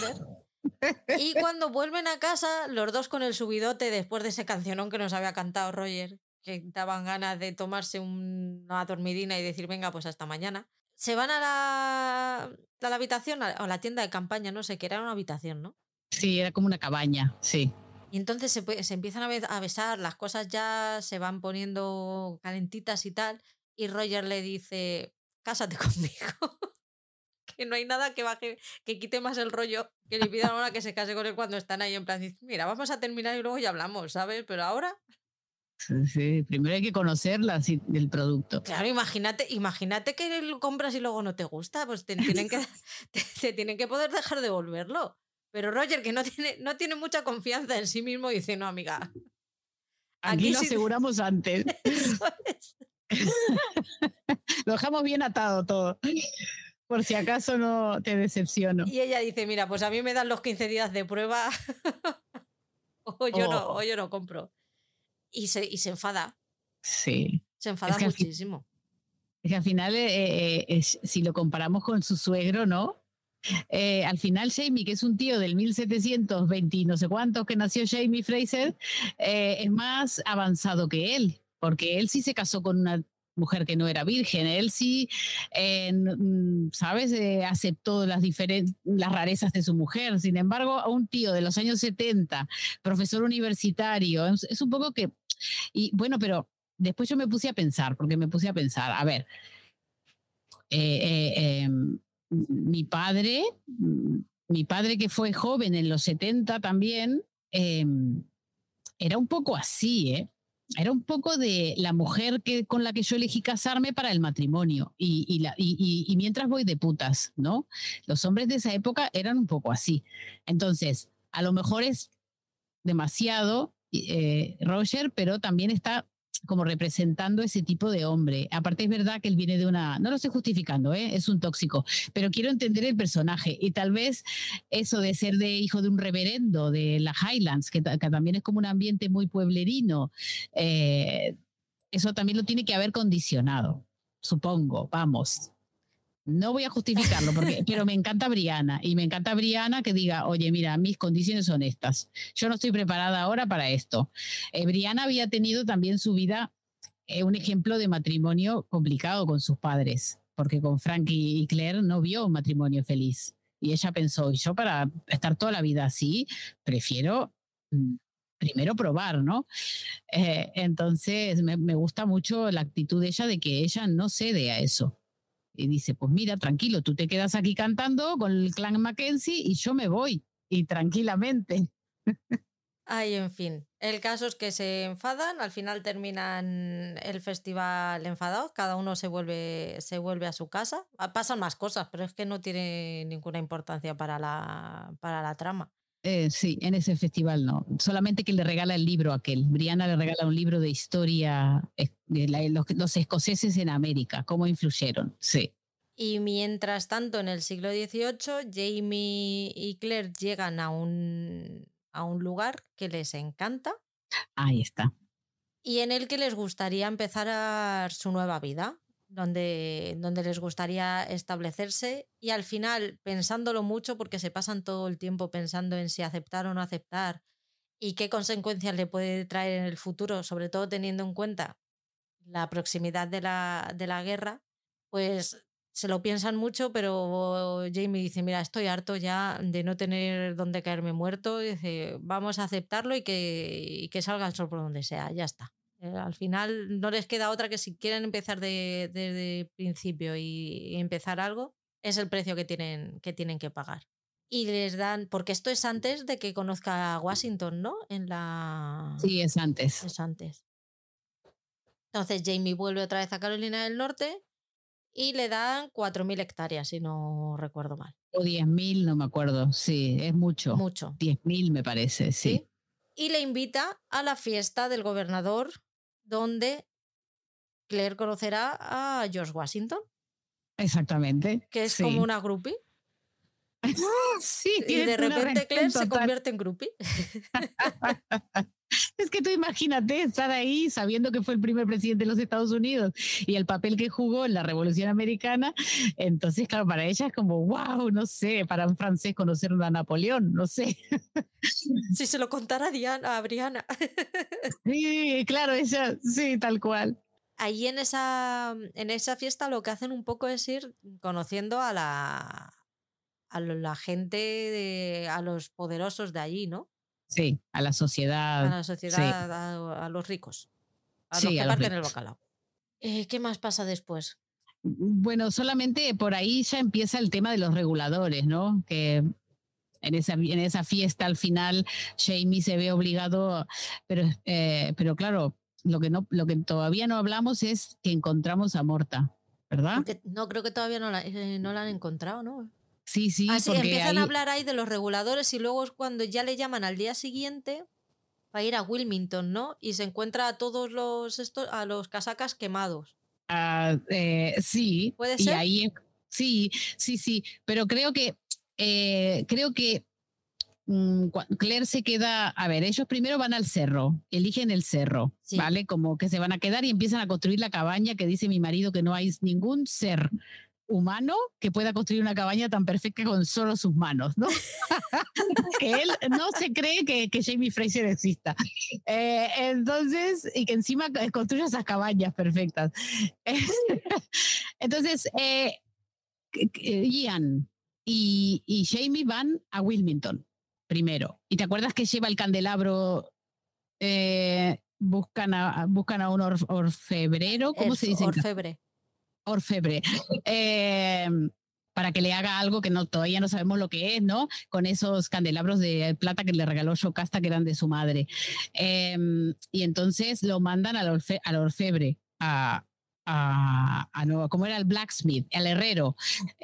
Y cuando vuelven a casa, los dos con el subidote después de ese cancionón que nos había cantado Roger, que daban ganas de tomarse una dormidina y decir: venga, pues hasta mañana. Se van a la habitación, a la tienda de campaña, no sé, que era una habitación, ¿no? Sí, era como una cabaña, sí. Y entonces se empiezan a besar, las cosas ya se van poniendo calentitas y tal, y Roger le dice: cásate conmigo. Que no hay nada que quite más el rollo que le pidan ahora que se case con él cuando están ahí en plan: mira, vamos a terminar y luego ya hablamos, ¿sabes? Pero ahora... Sí, primero hay que conocerla, sí, del producto. Claro, imagínate que lo compras y luego no te gusta, pues te tienen que poder dejar devolverlo. Pero Roger, que no tiene mucha confianza en sí mismo, dice: no, amiga. Aquí lo aseguramos antes. Eso es. Lo dejamos bien atado todo, por si acaso no te decepciono. Y ella dice: mira, pues a mí me dan los 15 días de prueba o yo no compro. Y se enfada. Sí. Se enfada muchísimo. Es que al final, si lo comparamos con su suegro, ¿no? Al final Jamie, que es un tío del 1720 y no sé cuántos que nació Jamie Fraser, es más avanzado que él, porque él sí se casó con una mujer que no era virgen, él sí, ¿sabes? Aceptó las rarezas de su mujer. Sin embargo, a un tío de los años 70, profesor universitario, es un poco que... Y bueno, pero después yo me puse a pensar, a ver, mi padre que fue joven en los 70 también, era un poco así, ¿eh? Era un poco de la mujer con la que yo elegí casarme para el matrimonio y mientras voy de putas, ¿no? Los hombres de esa época eran un poco así. Entonces, a lo mejor es demasiado Roger, pero también está como representando ese tipo de hombre. Aparte es verdad que él viene de una... No lo estoy justificando, es un tóxico, pero quiero entender el personaje y tal vez eso de ser de hijo de un reverendo de las Highlands, que también es como un ambiente muy pueblerino, eso también lo tiene que haber condicionado, supongo, vamos. No voy a justificarlo, pero me encanta Brianna y me encanta Brianna que diga: oye, mira, mis condiciones son estas. Yo no estoy preparada ahora para esto. Brianna había tenido también su vida un ejemplo de matrimonio complicado con sus padres, porque con Frankie y Claire no vio un matrimonio feliz. Y ella pensó: y yo para estar toda la vida así, prefiero primero probar, ¿no? Entonces me gusta mucho la actitud de ella, de que ella no cede a eso. Y dice: pues mira, tranquilo, tú te quedas aquí cantando con el clan Mackenzie y yo me voy, y tranquilamente. Ay, en fin. El caso es que se enfadan, al final terminan el festival enfadados, cada uno se vuelve a su casa. Pasan más cosas, pero es que no tiene ninguna importancia para la trama. Sí, en ese festival no. Solamente que le regala el libro a aquel. Brianna le regala un libro de historia de los escoceses en América, cómo influyeron. Sí. Y mientras tanto, en el siglo XVIII, Jamie y Claire llegan a un lugar que les encanta. Ahí está. Y en el que les gustaría empezar su nueva vida, donde les gustaría establecerse, y al final, pensándolo mucho, porque se pasan todo el tiempo pensando en si aceptar o no aceptar y qué consecuencias le puede traer en el futuro, sobre todo teniendo en cuenta la proximidad de la guerra, pues se lo piensan mucho, pero Jamie dice, mira, estoy harto ya de no tener dónde caerme muerto, y dice, vamos a aceptarlo y que salga el sol por donde sea, ya está. Al final no les queda otra que si quieren empezar desde principio y empezar algo, es el precio que tienen que pagar. Y les dan, porque esto es antes de que conozca a Washington, ¿no? Sí, es antes. Es antes. Entonces Jamie vuelve otra vez a Carolina del Norte y le dan 4.000 hectáreas, si no recuerdo mal. O 10.000, no me acuerdo. Sí, es mucho. Mucho. 10.000 me parece, sí. Y le invita a la fiesta del gobernador, donde Claire conocerá a George Washington. Exactamente. Que es como una groupie. Sí, y de repente Claire se convierte en groupie. Es que tú imagínate estar ahí sabiendo que fue el primer presidente de los Estados Unidos y el papel que jugó en la Revolución Americana. Entonces, claro, para ella es como, wow, no sé, para un francés conocer a Napoleón, no sé. Si se lo contara a Brianna. Sí, claro, ella, sí, tal cual. Ahí en esa fiesta lo que hacen un poco es ir conociendo a la gente, a los poderosos de allí, ¿no? Sí, a la sociedad. A la sociedad, sí. A los ricos. A los que parten el bacalao. ¿Qué más pasa después? Bueno, solamente por ahí ya empieza el tema de los reguladores, ¿no? Que en esa fiesta al final Jamie se ve obligado, pero claro, lo que todavía no hablamos es que encontramos a Morta, ¿verdad? Porque no, creo que todavía no la han encontrado, ¿no? Sí, sí. Así empiezan a hablar ahí de los reguladores y luego es cuando ya le llaman al día siguiente para ir a Wilmington, ¿no? Y se encuentra a todos a los casacas quemados. Sí. ¿Puede ser? Y ahí, sí, pero creo que Claire se queda, a ver, ellos primero van al cerro, eligen el cerro, sí. ¿Vale? Como que se van a quedar y empiezan a construir la cabaña que dice mi marido que no hay ningún ser humano que pueda construir una cabaña tan perfecta con solo sus manos, ¿no? Que él no se cree que Jamie Fraser exista. Entonces, y que encima construye esas cabañas perfectas. Entonces, Ian y Jamie van a Wilmington primero. ¿Y te acuerdas que lleva el candelabro? Buscan a un orfebrero, ¿cómo se dice? Orfebre, para que le haga algo que todavía no sabemos lo que es, ¿no? Con esos candelabros de plata que le regaló Yocasta, que eran de su madre. Y entonces lo mandan al orfebre, ¿cómo era? El blacksmith, al herrero.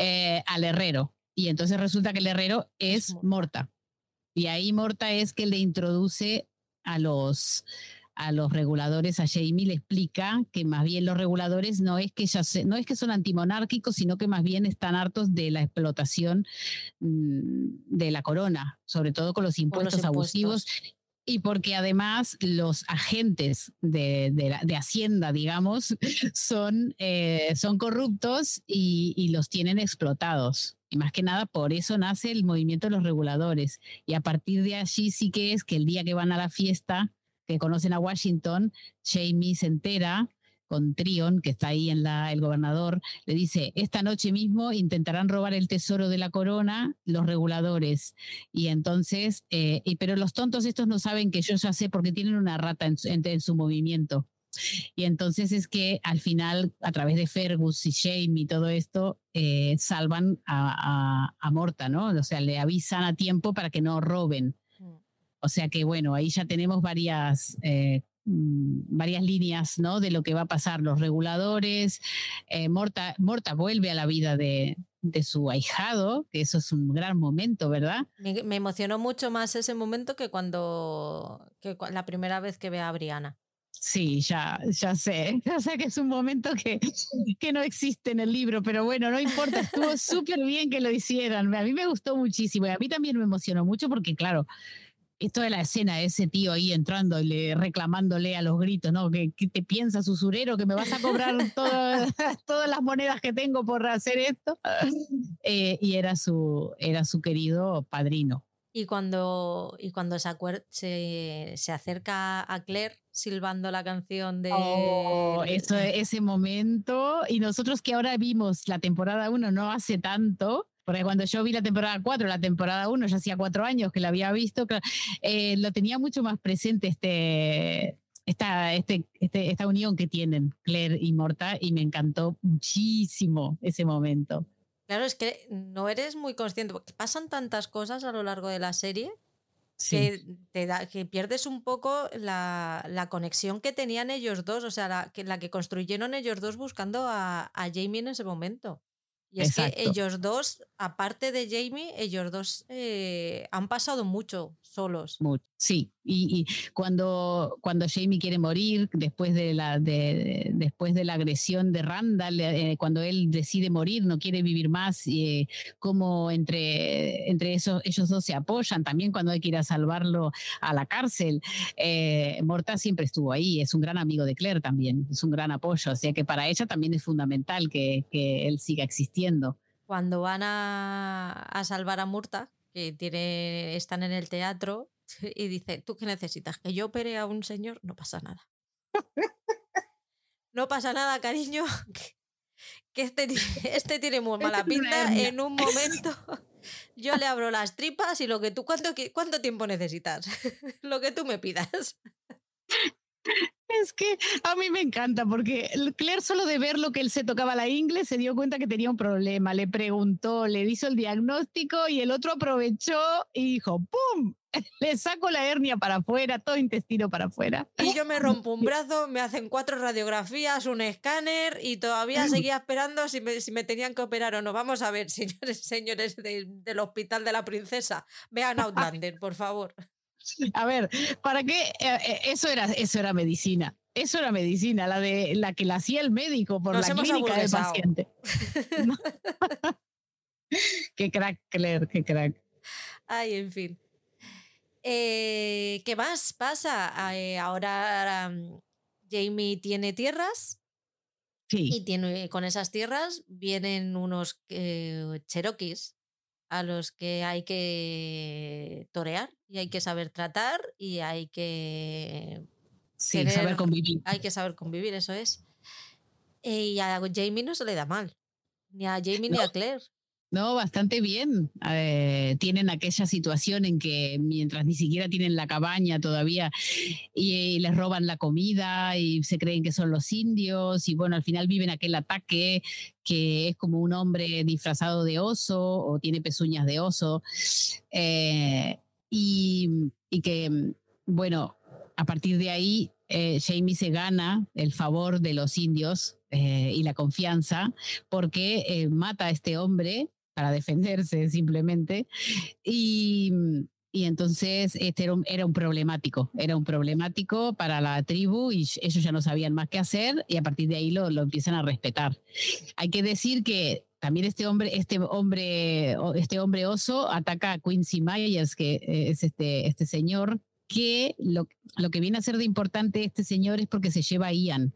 Y entonces resulta que el herrero es Morta. Y ahí Morta es que le introduce a los reguladores, a Jamie le explica que más bien los reguladores no es que son antimonárquicos, sino que más bien están hartos de la explotación de la corona, sobre todo con los impuestos abusivos, y porque además los agentes de Hacienda, digamos, son corruptos y los tienen explotados. Y más que nada por eso nace el movimiento de los reguladores. Y a partir de allí sí que es que el día que van a la fiesta, que conocen a Washington, Jamie se entera con Tryon, que está ahí el gobernador, le dice, esta noche mismo intentarán robar el tesoro de la corona los reguladores. Y entonces, pero los tontos estos no saben que yo ya sé porque tienen una rata en su movimiento. Y entonces es que al final, a través de Fergus y Jamie y todo esto, salvan a Morta, ¿no? O sea, le avisan a tiempo para que no roben. O sea que, bueno, ahí ya tenemos varias líneas, ¿no? De lo que va a pasar. Los reguladores, Morta vuelve a la vida de de su ahijado, que eso es un gran momento, ¿verdad? Me emocionó mucho más ese momento que la primera vez que ve a Brianna. Sí, ya sé que es un momento que no existe en el libro, pero bueno, no importa, estuvo súper bien que lo hicieran. A mí me gustó muchísimo y a mí también me emocionó mucho porque, claro, esto de la escena de ese tío ahí entrando y reclamándole a los gritos, ¿no? ¿Qué te piensas, usurero? ¿Que me vas a cobrar todas las monedas que tengo por hacer esto? Y era su querido padrino. Y cuando se acerca a Claire silbando la canción de... Ese momento. Y nosotros que ahora vimos la temporada 1 no hace tanto, porque cuando yo vi la temporada 4, la temporada 1 ya hacía 4 años que la había visto, lo tenía mucho más presente esta unión que tienen Claire y Morta, y me encantó muchísimo ese momento. Claro, es que no eres muy consciente, porque pasan tantas cosas a lo largo de la serie sí. que pierdes un poco la conexión que tenían ellos dos, o sea, la que construyeron ellos dos buscando a Jamie en ese momento. Y es Exacto. que ellos dos, aparte de Jamie, ellos dos han pasado mucho solos. Sí, y cuando Jamie quiere morir, después de la agresión de Randall, cuando él decide morir, no quiere vivir más, como entre ellos dos se apoyan, también cuando hay que ir a salvarlo a la cárcel. Morta siempre estuvo ahí, es un gran amigo de Claire también, es un gran apoyo, o sea que para ella también es fundamental que él siga existiendo. Cuando van a salvar a Murta, que están en el teatro, y dice, ¿tú qué necesitas? ¿Que yo opere a un señor? No pasa nada. No pasa nada, cariño, que este tiene muy mala pinta. En un momento yo le abro las tripas y ¿cuánto tiempo necesitas? Lo que tú me pidas. Es que a mí me encanta porque Claire, solo de ver lo que él se tocaba la ingle, se dio cuenta que tenía un problema, le preguntó, le hizo el diagnóstico y el otro aprovechó y dijo, ¡pum! Le saco la hernia para afuera, todo intestino para afuera. Y yo me rompo un brazo, me hacen 4 radiografías, un escáner y todavía seguía esperando si me tenían que operar o no. Vamos a ver, señores del Hospital de la Princesa, vean Outlander, por favor. A ver, ¿para qué? Eso era medicina. Eso era medicina, la que la hacía el médico por la clínica del paciente. Qué crack, Claire, qué crack. Ay, en fin. ¿Qué más pasa? Ahora Jamie tiene tierras. Sí. Y con esas tierras vienen unos cherokees a los que hay que torear y hay que saber tratar y hay que saber convivir. Hay que saber convivir, eso es. Y a Jamie no se le da mal, ni a Jamie ni a Claire. No, bastante bien. Tienen aquella situación en que mientras ni siquiera tienen la cabaña todavía y les roban la comida y se creen que son los indios y bueno, al final viven aquel ataque que es como un hombre disfrazado de oso o tiene pezuñas de oso y que, bueno, a partir de ahí Jamie se gana el favor de los indios y la confianza porque mata a este hombre para defenderse simplemente y entonces era un problemático para la tribu y ellos ya no sabían más qué hacer y a partir de ahí lo empiezan a respetar. Hay que decir que también este hombre oso ataca a Quincy Myers, que es este señor que lo que viene a ser de importante este señor es porque se lleva a Ian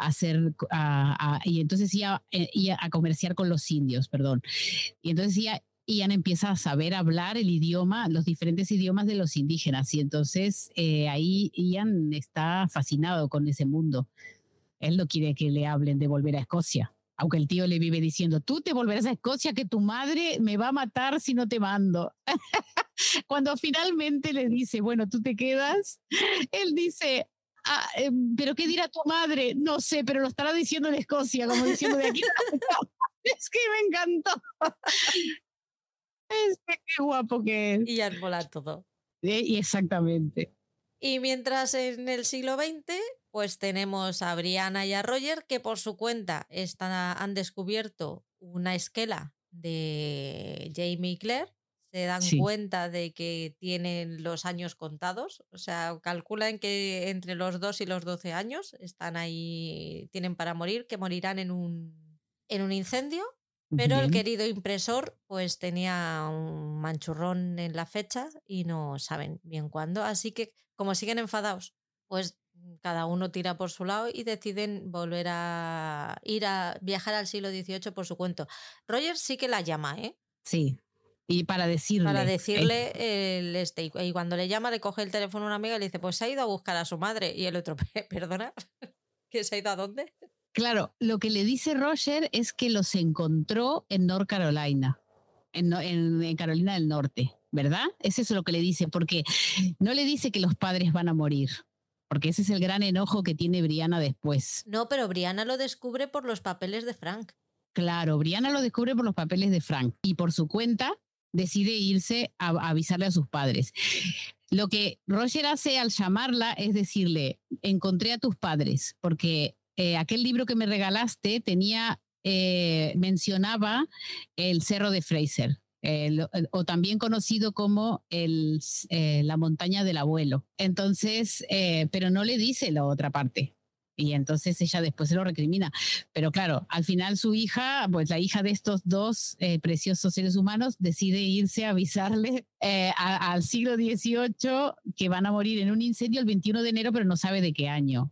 y entonces iba a comerciar con los indios, perdón. Y entonces Ian empieza a saber hablar los diferentes idiomas de los indígenas y entonces ahí Ian está fascinado con ese mundo. Él no quiere que le hablen de volver a Escocia. Aunque el tío le vive diciendo, tú te volverás a Escocia que tu madre me va a matar si no te mando. Cuando finalmente le dice, bueno, tú te quedas, él dice, ¿pero qué dirá tu madre? No sé, pero lo estará diciendo en Escocia, como diciendo de aquí. Es que me encantó. Es que qué guapo que es. Y ya mola todo. Exactamente. Y mientras en el siglo XX, pues tenemos a Brianna y a Roger que por su cuenta han descubierto una esquela de Jamie y Claire. Se dan Sí. cuenta de que tienen los años contados, o sea, calculan que entre los 2 y los 12 años están ahí, tienen para morir, que morirán en un incendio, pero el Bien. querido impresor pues tenía un manchurrón en la fecha y no saben bien cuándo, así que como siguen enfadados, pues cada uno tira por su lado y deciden volver a ir a viajar al siglo XVIII por su cuento. Roger sí que la llama, ¿eh? Sí. Y para decirle. Y cuando le llama le coge el teléfono a una amiga y le dice, pues se ha ido a buscar a su madre. Y el otro, perdona, ¿que se ha ido a dónde? Claro, lo que le dice Roger es que los encontró en North Carolina, en Carolina del Norte, ¿verdad? Es eso lo que le dice, porque no le dice que los padres van a morir, porque ese es el gran enojo que tiene Brianna después. No, pero Brianna lo descubre por los papeles de Frank. Claro, Brianna lo descubre por los papeles de Frank y por su cuenta decide irse a avisarle a sus padres. Lo que Roger hace al llamarla es decirle, encontré a tus padres, porque aquel libro que me regalaste mencionaba el Cerro de Fraser, o también conocido como la montaña del abuelo. Entonces, pero no le dice la otra parte. Y entonces ella después se lo recrimina. Pero claro, al final su hija, pues la hija de estos dos preciosos seres humanos, decide irse a avisarle al siglo XVIII que van a morir en un incendio el 21 de enero, pero no sabe de qué año.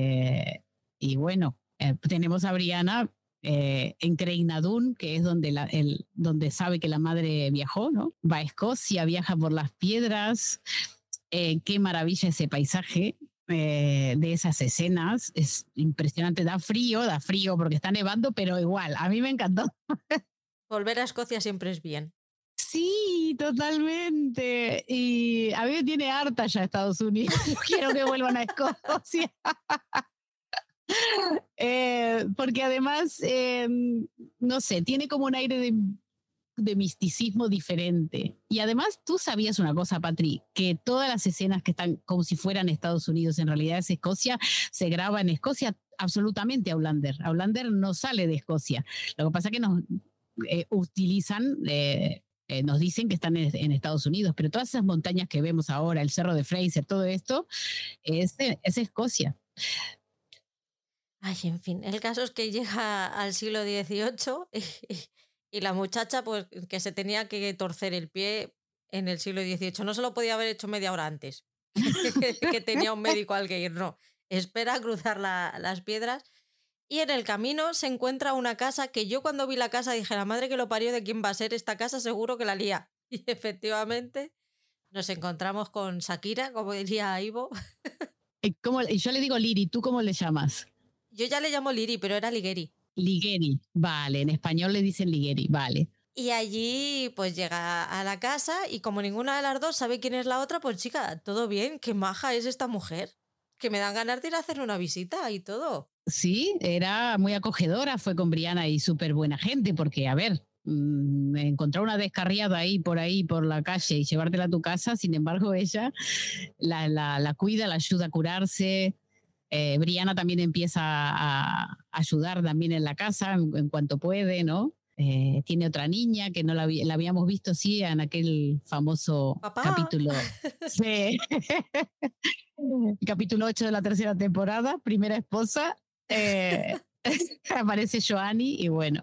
Y bueno, tenemos a Brianna en Creinadún, que es donde sabe que la madre viajó, ¿no? Va a Escocia, viaja por las piedras. Qué maravilla ese paisaje. De esas escenas, es impresionante, da frío porque está nevando, pero igual, a mí me encantó. Volver a Escocia siempre es bien. Sí, totalmente. Y a mí me tiene harta ya Estados Unidos. Quiero que vuelvan a Escocia. Porque además, no sé, tiene como un aire de misticismo diferente. Y además tú sabías una cosa, Patri, que todas las escenas que están como si fueran Estados Unidos, en realidad es Escocia, se graba en Escocia absolutamente Outlander. Outlander no sale de Escocia. Lo que pasa es que nos utilizan... nos dicen que están en Estados Unidos, pero todas esas montañas que vemos ahora, el Cerro de Fraser, todo esto, es Escocia. Ay, en fin, el caso es que llega al siglo XVIII y la muchacha, pues, que se tenía que torcer el pie en el siglo XVIII, no se lo podía haber hecho media hora antes, que tenía un médico al que ir, no. Espera a cruzar las piedras y en el camino se encuentra una casa que yo cuando vi la casa dije, la madre que lo parió, ¿de quién va a ser esta casa? Seguro que la lía. Y efectivamente nos encontramos con Shakira, como diría Ivo. Yo le digo Liri, ¿tú cómo le llamas? Yo ya le llamo Liri, pero era Ligeri. Ligeri, vale, en español le dicen Ligeri, vale. Y allí pues llega a la casa y como ninguna de las dos sabe quién es la otra, pues chica, todo bien, qué maja es esta mujer, que me dan ganas de ir a hacer una visita y todo. Sí, era muy acogedora, fue con Brianna y súper buena gente, porque a ver, encontrar una descarriada ahí por la calle y llevártela a tu casa, sin embargo ella la cuida, la ayuda a curarse. Brianna también empieza a ayudar también en la casa en cuanto puede, ¿no? Tiene otra niña que no la habíamos visto, sí, en aquel famoso ¡Papá! capítulo. Sí. Capítulo 8 de la tercera temporada, primera esposa. Aparece Joanny y bueno.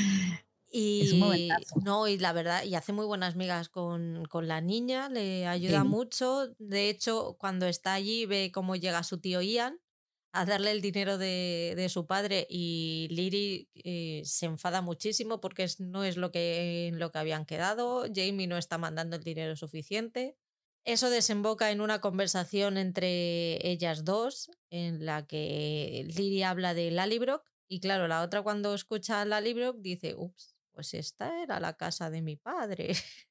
Es un momentazo. No, y la verdad, y hace muy buenas migas con la niña, le ayuda mucho. De hecho, cuando está allí ve cómo llega su tío Ian a darle el dinero de su padre y Liri se enfada muchísimo porque no es lo que habían quedado. Jamie no está mandando el dinero suficiente. Eso desemboca en una conversación entre ellas dos en la que Liri habla de Lallybrook y claro, la otra cuando escucha a Lallybrook dice, ups, pues esta era la casa de mi padre.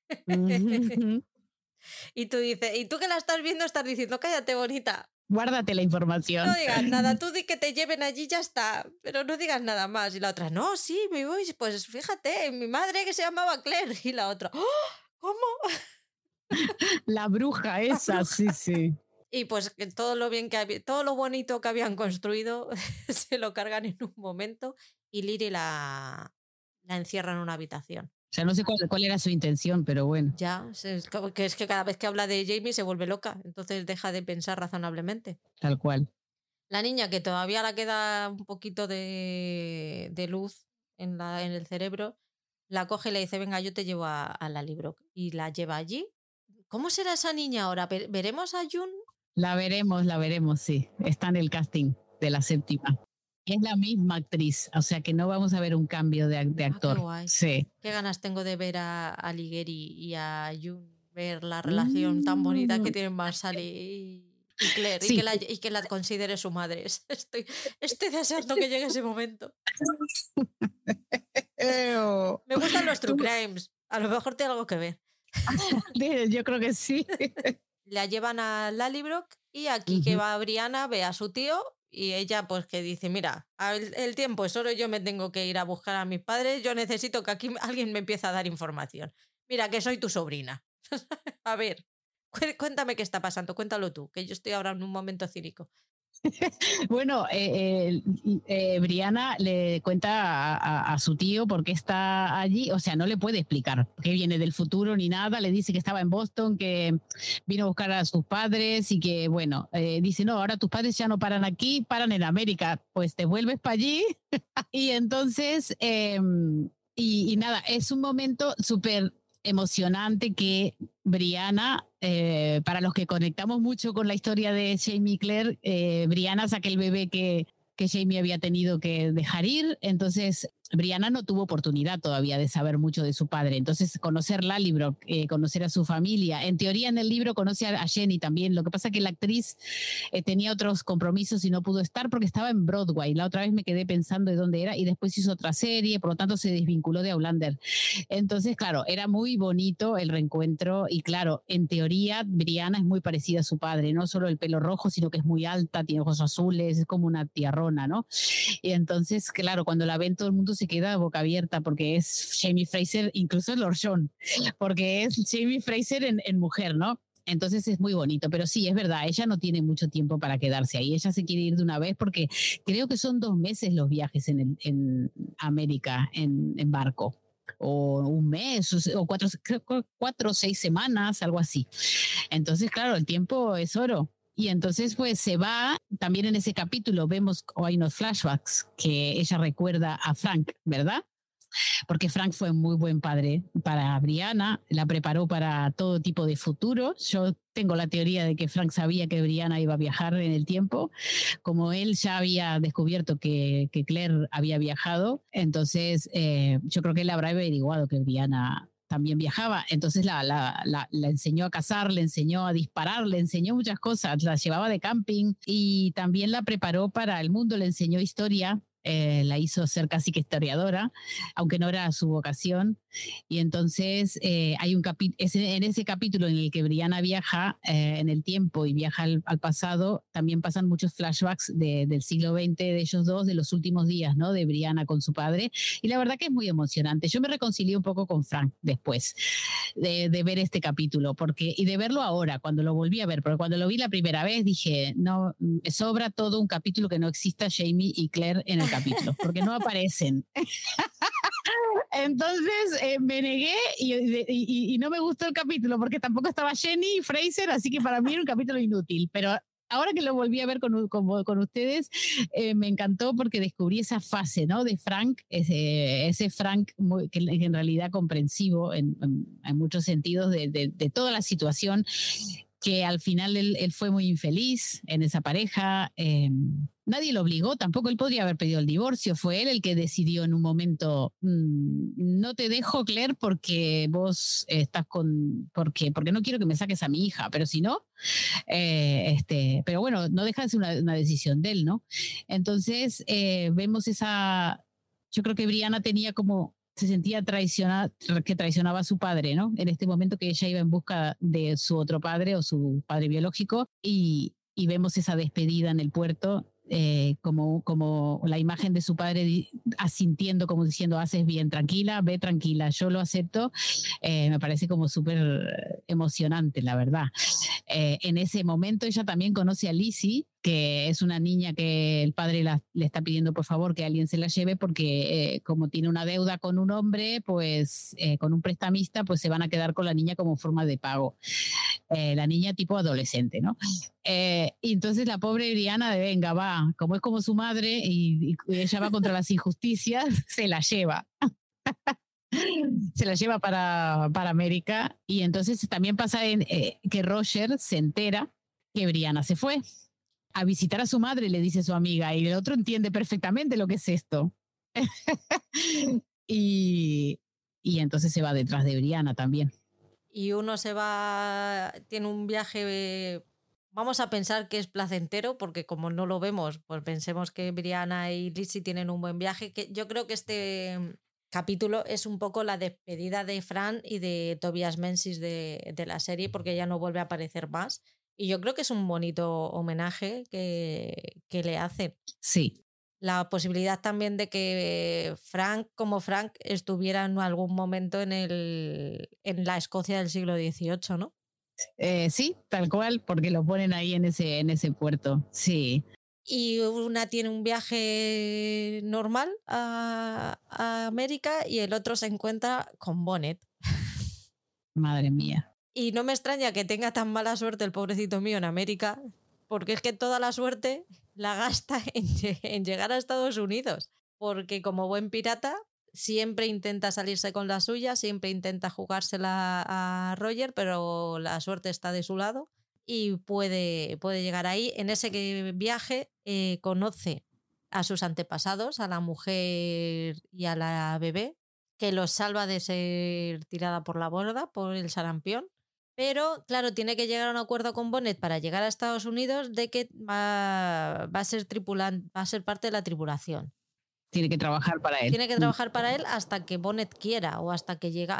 Y tú dices, y tú que la estás viendo estás diciendo, cállate bonita. Guárdate la información. No digas nada, tú di que te lleven allí ya está, pero no digas nada más. Y la otra, no, sí, me voy, pues fíjate, mi madre que se llamaba Claire. Y la otra, ¡oh! ¿Cómo? La bruja esa, sí. Y pues que todo lo bonito que habían construido se lo cargan en un momento y Liri la la encierra en una habitación. O sea, no sé cuál era su intención, pero bueno. Ya, es que cada vez que habla de Jamie se vuelve loca, entonces deja de pensar razonablemente. Tal cual. La niña, que todavía le queda un poquito de luz en el cerebro, la coge y le dice, venga, yo te llevo a Lallybrook. Y la lleva allí. ¿Cómo será esa niña ahora? ¿Veremos a June? La veremos, sí. Está en el casting de la 7ª. Es la misma actriz, o sea que no vamos a ver un cambio de actor. Qué guay. Sí. Qué ganas tengo de ver a Ligeri y a June, ver la relación tan bonita que tienen Marshall y Claire, Sí. y que la considere su madre. Estoy deseando que llegue ese momento. Me gustan los true crimes. A lo mejor tiene algo que ver. Yo creo que sí. La llevan a Lallybrook y aquí que va Brianna, ve a su tío y ella pues que dice, mira, el tiempo es oro, yo me tengo que ir a buscar a mis padres, yo necesito que aquí alguien me empiece a dar información. Mira, que soy tu sobrina. A ver, cuéntame qué está pasando, cuéntalo tú, que yo estoy ahora en un momento cínico. Bueno, Brianna le cuenta a su tío por qué está allí, o sea, no le puede explicar que viene del futuro ni nada, le dice que estaba en Boston, que vino a buscar a sus padres y que, bueno, dice, no, ahora tus padres ya no paran aquí, paran en América, pues te vuelves para allí. Y entonces, y nada, es un momento súper emocionante que Brianna, para los que conectamos mucho con la historia de Jamie y Claire, Brianna saca el bebé que Jamie había tenido que dejar ir, entonces Brianna no tuvo oportunidad todavía de saber mucho de su padre, entonces conocer Lallybrook, conocer a su familia, en teoría en el libro conoce a Jenny también, lo que pasa es que la actriz tenía otros compromisos y no pudo estar porque estaba en Broadway, la otra vez me quedé pensando de dónde era y después hizo otra serie, por lo tanto se desvinculó de Outlander, entonces claro, era muy bonito el reencuentro y claro, en teoría Brianna es muy parecida a su padre, no solo el pelo rojo, sino que es muy alta, tiene ojos azules, es como una tiarrona, ¿no? Y entonces, claro, cuando la ven todo el mundo se queda boca abierta porque es Jamie Fraser, incluso el Lord John, porque es Jamie Fraser en mujer, ¿no? Entonces es muy bonito, pero sí, es verdad, ella no tiene mucho tiempo para quedarse ahí, ella se quiere ir de una vez porque creo que son 2 meses los viajes en América en barco, o un mes, o 4 o 6 semanas, algo así. Entonces, claro, el tiempo es oro. Y entonces pues se va, también en ese capítulo vemos, o hay unos flashbacks que ella recuerda a Frank, ¿verdad? Porque Frank fue un muy buen padre para Brianna, la preparó para todo tipo de futuro. Yo tengo la teoría de que Frank sabía que Brianna iba a viajar en el tiempo, como él ya había descubierto que Claire había viajado, entonces yo creo que él habrá averiguado que Brianna también viajaba, entonces la enseñó a cazar, le enseñó a disparar, le enseñó muchas cosas, la llevaba de camping y también la preparó para el mundo, le enseñó historia, la hizo ser casi que historiadora, aunque no era su vocación. Y entonces hay en ese capítulo en el que Brianna viaja en el tiempo y viaja al pasado, también pasan muchos flashbacks del siglo XX de ellos dos, de los últimos días, ¿no? De Brianna con su padre. Y la verdad que es muy emocionante. Yo me reconcilié un poco con Frank después de ver este capítulo, y de verlo ahora, cuando lo volví a ver, porque cuando lo vi la primera vez dije, no, me sobra todo un capítulo que no exista Jamie y Claire en el capítulo, porque no aparecen. Entonces me negué y no me gustó el capítulo porque tampoco estaba Jenny Fraser, así que para mí era un capítulo inútil, pero ahora que lo volví a ver con ustedes, me encantó porque descubrí esa fase, ¿no? De Frank, ese Frank que en realidad comprensivo en muchos sentidos de toda la situación, que al final él fue muy infeliz en esa pareja. Nadie lo obligó, tampoco él podría haber pedido el divorcio, fue él el que decidió en un momento, no te dejo, Claire, porque vos estás porque no quiero que me saques a mi hija, pero si no, pero bueno, no deja de ser una decisión de él, ¿no? Entonces vemos yo creo que Brianna se sentía que traicionaba a su padre, ¿no? En este momento que ella iba en busca de su otro padre o su padre biológico y vemos esa despedida en el puerto, como la imagen de su padre asintiendo, como diciendo, haces bien, tranquila, ve tranquila, yo lo acepto. Me parece como súper emocionante, la verdad. En ese momento ella también conoce a Lizzie, que es una niña que el padre le está pidiendo por favor que alguien se la lleve porque como tiene una deuda con un hombre, pues con un prestamista, pues se van a quedar con la niña como forma de pago. La niña tipo adolescente, ¿no? Y entonces la pobre Brianna de venga, va, como es como su madre y ella va contra las injusticias, se la lleva. Se la lleva para América y entonces también pasa que Roger se entera que Brianna se fue a visitar a su madre, le dice su amiga, y el otro entiende perfectamente lo que es esto. y entonces se va detrás de Brianna también. Y uno se va, tiene un viaje, vamos a pensar que es placentero, porque como no lo vemos, pues pensemos que Brianna y Lizzie tienen un buen viaje, que yo creo que este capítulo es un poco la despedida de Fran y de Tobias Menzies de la serie, porque ya no vuelve a aparecer más. Y yo creo que es un bonito homenaje que le hacen. Sí. La posibilidad también de que Frank estuviera en algún momento en la Escocia del siglo XVIII, ¿no? Sí, tal cual, porque lo ponen ahí en ese puerto, sí. Y una tiene un viaje normal a América y el otro se encuentra con Bonnet. Madre mía. Y no me extraña que tenga tan mala suerte el pobrecito mío en América, porque es que toda la suerte la gasta en llegar a Estados Unidos, porque como buen pirata siempre intenta salirse con la suya, siempre intenta jugársela a Roger, pero la suerte está de su lado y puede llegar ahí. En ese viaje conoce a sus antepasados, a la mujer y a la bebé, que los salva de ser tirada por la borda por el sarampión. Pero, claro, tiene que llegar a un acuerdo con Bonnet para llegar a Estados Unidos de que va a ser tripulante, va a ser parte de la tripulación. Tiene que trabajar para él. Tiene que trabajar para él hasta que Bonnet quiera o hasta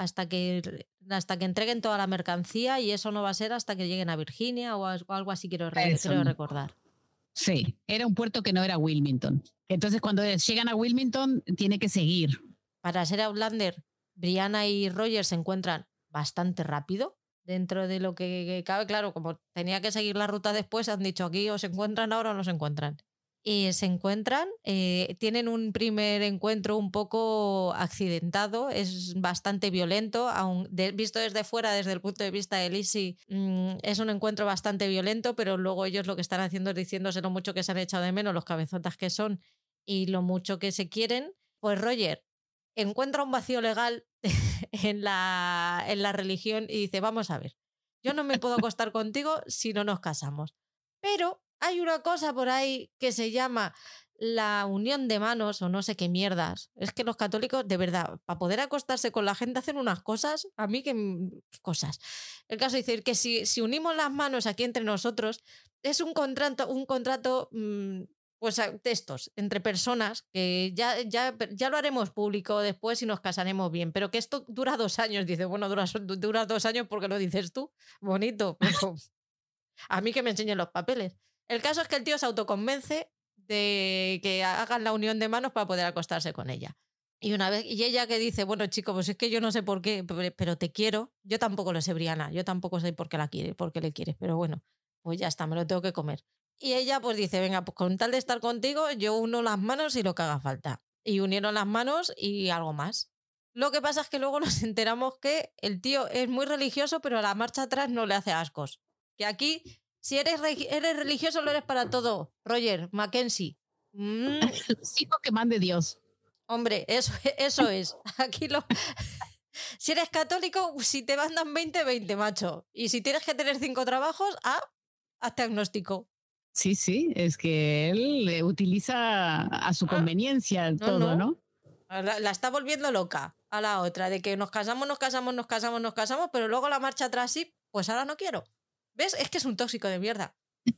que entreguen toda la mercancía, y eso no va a ser hasta que lleguen a Virginia o algo así, creo recordar. Sí, era un puerto que no era Wilmington. Entonces, cuando llegan a Wilmington, tiene que seguir. Para ser Outlander, Brianna y Roger se encuentran bastante rápido. Dentro de lo que cabe, claro, como tenía que seguir la ruta después, han dicho aquí o se encuentran ahora o no se encuentran. Y se encuentran, tienen un primer encuentro un poco accidentado, es bastante violento, visto desde fuera, desde el punto de vista de Lizzie, es un encuentro bastante violento, pero luego ellos lo que están haciendo es diciéndose lo mucho que se han echado de menos, los cabezotas que son y lo mucho que se quieren. Pues Roger encuentra un vacío legal en la religión y dice, vamos a ver, yo no me puedo acostar contigo si no nos casamos, pero hay una cosa por ahí que se llama la unión de manos o no sé qué mierdas. Es que los católicos, de verdad, para poder acostarse con la gente hacen unas cosas, a mí ¿qué cosas? El caso es decir que si unimos las manos aquí entre nosotros, es un contrato pues textos entre personas que ya lo haremos público después y nos casaremos bien, pero que esto dura 2 años. Dice, bueno, dura 2 años porque lo dices tú, bonito, pero a mí que me enseñen los papeles. El caso es que el tío se autoconvence de que hagan la unión de manos para poder acostarse con ella. Y ella que dice, bueno, chico, pues es que yo no sé por qué, pero te quiero. Yo tampoco lo sé, Brianna, yo tampoco sé por qué le quieres, pero bueno, pues ya está, me lo tengo que comer. Y ella pues dice, venga, pues con tal de estar contigo, yo uno las manos y lo que haga falta. Y unieron las manos y algo más. Lo que pasa es que luego nos enteramos que el tío es muy religioso, pero a la marcha atrás no le hace ascos. Que aquí, si eres religioso, lo eres para todo. Roger, Mackenzie. Los hijos que mande Dios. Hombre, eso es. Aquí si eres católico, si te mandan 20, macho. Y si tienes que tener 5 trabajos, hazte agnóstico. Sí, es que él utiliza a su conveniencia todo, ¿no? La está volviendo loca a la otra, de que nos casamos, pero luego la marcha atrás sí, pues ahora no quiero. ¿Ves? Es que es un tóxico de mierda.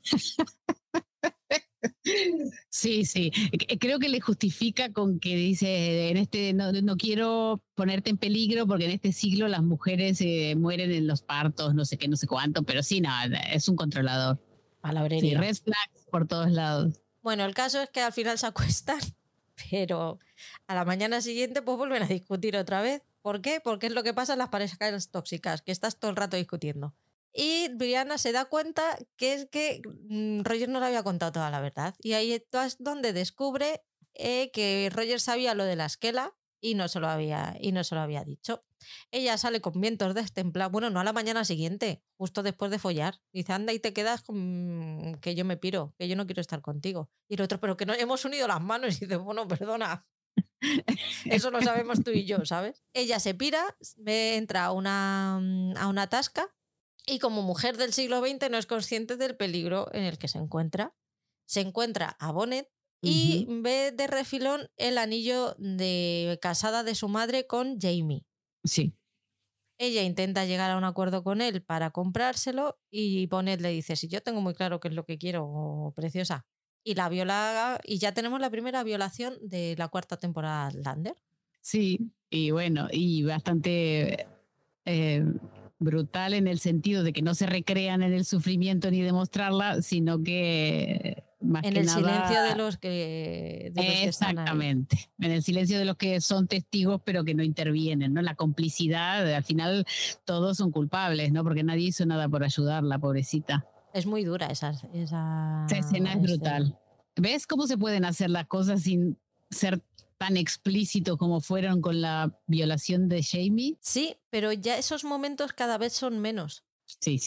Sí. Creo que le justifica con que dice, no quiero ponerte en peligro porque en este siglo las mujeres mueren en los partos, no sé qué, no sé cuánto, pero sí, no, es un controlador. Palabrería. Sí, red flags por todos lados. Bueno, el caso es que al final se acuestan, pero a la mañana siguiente pues vuelven a discutir otra vez, ¿Por qué? Porque es lo que pasa en las parejas tóxicas, que estás todo el rato discutiendo. Y Brianna se da cuenta que es que Roger no le había contado toda la verdad. Y ahí es donde descubre que Roger sabía lo de la esquela y no se lo había dicho. Ella sale con vientos destemplados. Bueno, no a la mañana siguiente, justo después de follar. Dice, anda y te quedas con que yo me piro, que yo no quiero estar contigo. Y el otro, pero que no hemos unido las manos. Y dice, bueno, perdona. Eso lo sabemos tú y yo, ¿sabes? Ella se pira, entra a una tasca y como mujer del siglo XX no es consciente del peligro en el que se encuentra. Se encuentra a Bonnet y ve de refilón el anillo de casada de su madre con Jamie. Sí. Ella intenta llegar a un acuerdo con él para comprárselo y Bonnet le dice, si yo tengo muy claro qué es lo que quiero, preciosa. Y la viola, y ya tenemos la primera violación de la 4ª temporada de Outlander. Sí, y bueno, y bastante brutal en el sentido de que no se recrean en el sufrimiento ni demostrarla, sino que más en que el nada, silencio de los que exactamente, están ahí. en el silencio de los que son testigos pero que no intervienen, ¿no? La complicidad, al final todos son culpables, ¿no? Porque nadie hizo nada por ayudarla, pobrecita. Es muy dura esa escena es brutal. ¿Ves cómo se pueden hacer las cosas sin ser tan explícitos como fueron con la violación de Jamie? Sí, pero ya esos momentos cada vez son menos. Sí.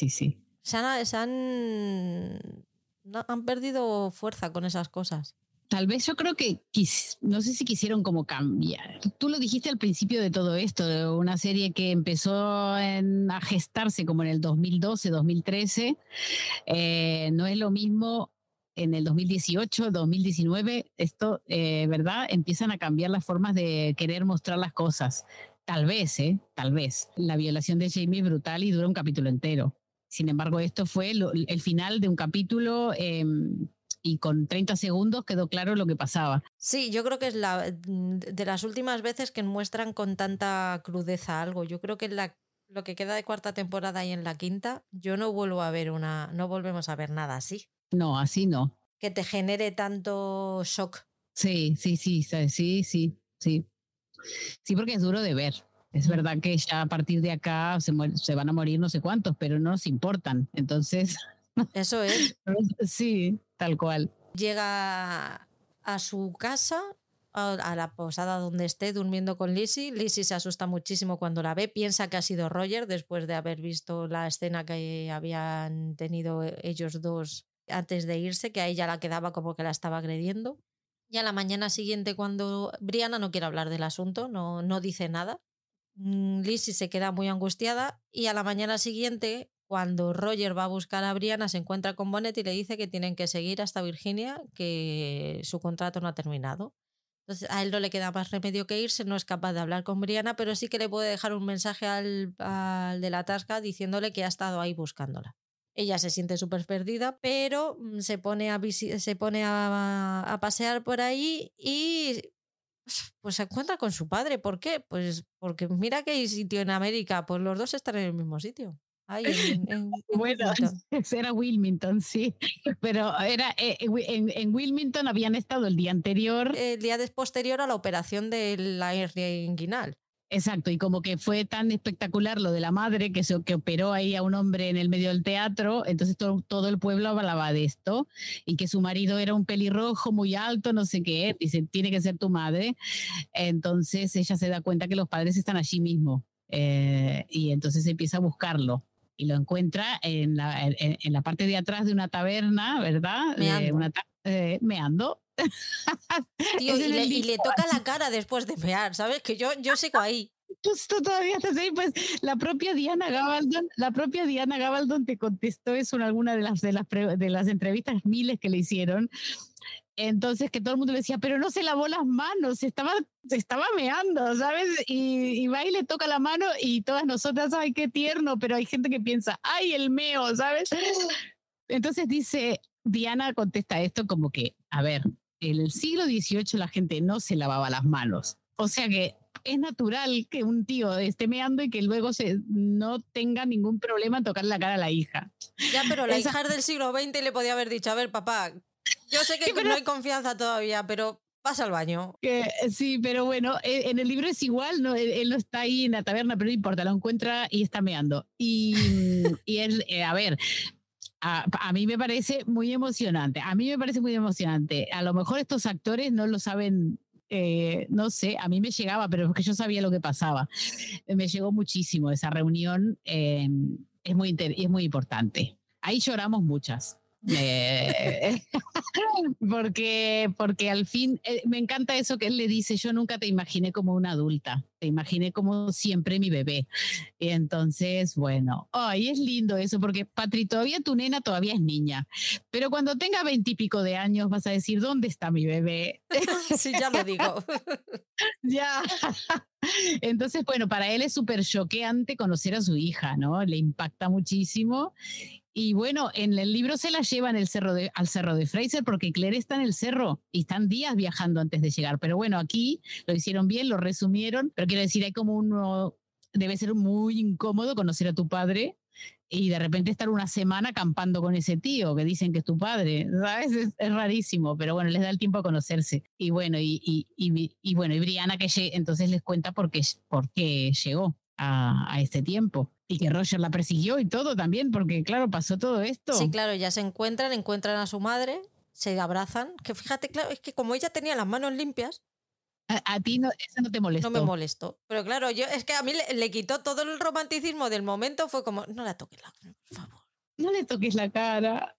Han perdido fuerza con esas cosas. Tal vez yo creo que, no sé si quisieron como cambiar. Tú lo dijiste al principio de todo esto, una serie que empezó a gestarse como en el 2012, 2013. No es lo mismo en el 2018, 2019. Esto, ¿verdad? Empiezan a cambiar las formas de querer mostrar las cosas. Tal vez. La violación de Jamie es brutal y dura un capítulo entero. Sin embargo, esto fue el final de un capítulo y con 30 segundos quedó claro lo que pasaba. Sí, yo creo que es de las últimas veces que muestran con tanta crudeza algo. Yo creo que lo que queda de 4ª temporada y en la 5ª, yo no volvemos a ver nada así. No, así no. Que te genere tanto shock. Sí, porque es duro de ver. Es verdad que ya a partir de acá se van a morir no sé cuántos, pero no nos importan. Entonces... Eso es. Sí, tal cual. Llega a su casa, a la posada donde esté durmiendo con Lizzie. Lizzie se asusta muchísimo cuando la ve, piensa que ha sido Roger después de haber visto la escena que habían tenido ellos dos antes de irse, que a ella la quedaba como que la estaba agrediendo. Y a la mañana siguiente, cuando Brianna no quiere hablar del asunto, no dice nada, Lizzie se queda muy angustiada y a la mañana siguiente, cuando Roger va a buscar a Brianna, se encuentra con Bonnet y le dice que tienen que seguir hasta Virginia, que su contrato no ha terminado. Entonces a él no le queda más remedio que irse, no es capaz de hablar con Brianna, pero sí que le puede dejar un mensaje al de la tasca diciéndole que ha estado ahí buscándola. Ella se siente súper perdida, pero se pone a pasear por ahí y pues se encuentra con su padre. ¿Por qué? Pues porque mira que hay sitio en América, pues los dos están en el mismo sitio. Ahí en bueno, Wilmington. Era Wilmington, sí, pero era en Wilmington habían estado el día anterior. El día posterior a la operación de la hernia inguinal. Exacto, y como que fue tan espectacular lo de la madre que operó ahí a un hombre en el medio del teatro, entonces todo el pueblo hablaba de esto y que su marido era un pelirrojo muy alto, no sé qué, dice, tiene que ser tu madre. Entonces ella se da cuenta que los padres están allí mismo y entonces empieza a buscarlo y lo encuentra en la parte de atrás de una taberna, ¿verdad? Meando. Tío, y le toca la cara después de mear, ¿sabes? Que yo sigo ahí. Justo todavía estás ahí, pues la propia Diana Gabaldon te contestó eso en alguna de las entrevistas miles que le hicieron. Entonces que todo el mundo le decía, pero no se lavó las manos, se estaba meando, ¿sabes? Y va y le toca la mano y todas nosotras, ay, qué tierno, pero hay gente que piensa, ay, el meo, ¿sabes? Entonces Diana contesta esto como que, a ver, en el siglo XVIII la gente no se lavaba las manos. O sea que es natural que un tío esté meando y que luego no tenga ningún problema en tocar la cara a la hija. Ya, pero la hija del siglo XX le podía haber dicho, a ver, papá, yo sé que no hay confianza todavía, pero pasa al baño. Sí, pero bueno, en el libro es igual, ¿no? Él no está ahí en la taberna, pero no importa, lo encuentra y está meando. Y él, a ver, a mí me parece muy emocionante. A mí me parece muy emocionante. A lo mejor estos actores no lo saben. No sé, a mí me llegaba, pero es que yo sabía lo que pasaba. Me llegó muchísimo esa reunión. Es muy importante. Ahí lloramos muchas. Porque al fin me encanta eso que él le dice, yo nunca te imaginé como una adulta, te imaginé como siempre mi bebé. Y entonces, bueno, ay, es lindo eso, porque Patri, todavía tu nena todavía es niña, pero cuando tenga 20 y pico de años vas a decir, ¿dónde está mi bebé? Sí, ya lo digo. Ya. Entonces, bueno, para él es súper choqueante conocer a su hija, ¿no? Le impacta muchísimo. Y bueno, en el libro se la llevan al cerro de Fraser porque Claire está en el cerro y están días viajando antes de llegar. Pero bueno, aquí lo hicieron bien, lo resumieron, pero quiero decir, hay como uno, debe ser muy incómodo conocer a tu padre y de repente estar una semana acampando con ese tío que dicen que es tu padre, ¿sabes? Es rarísimo, pero bueno, les da el tiempo a conocerse. Y bueno, y bueno, y Brianna entonces les cuenta por qué llegó a este tiempo. Y que Roger la persiguió y todo también, porque claro, pasó todo esto. Sí, claro, ya se encuentran a su madre, se abrazan, que fíjate, claro, es que como ella tenía las manos limpias, a ti no, eso no te molestó. no me molestó. Pero claro, es que a mí le quitó todo el romanticismo del momento, fue como, no la toques la cara, por favor. No le toques la cara.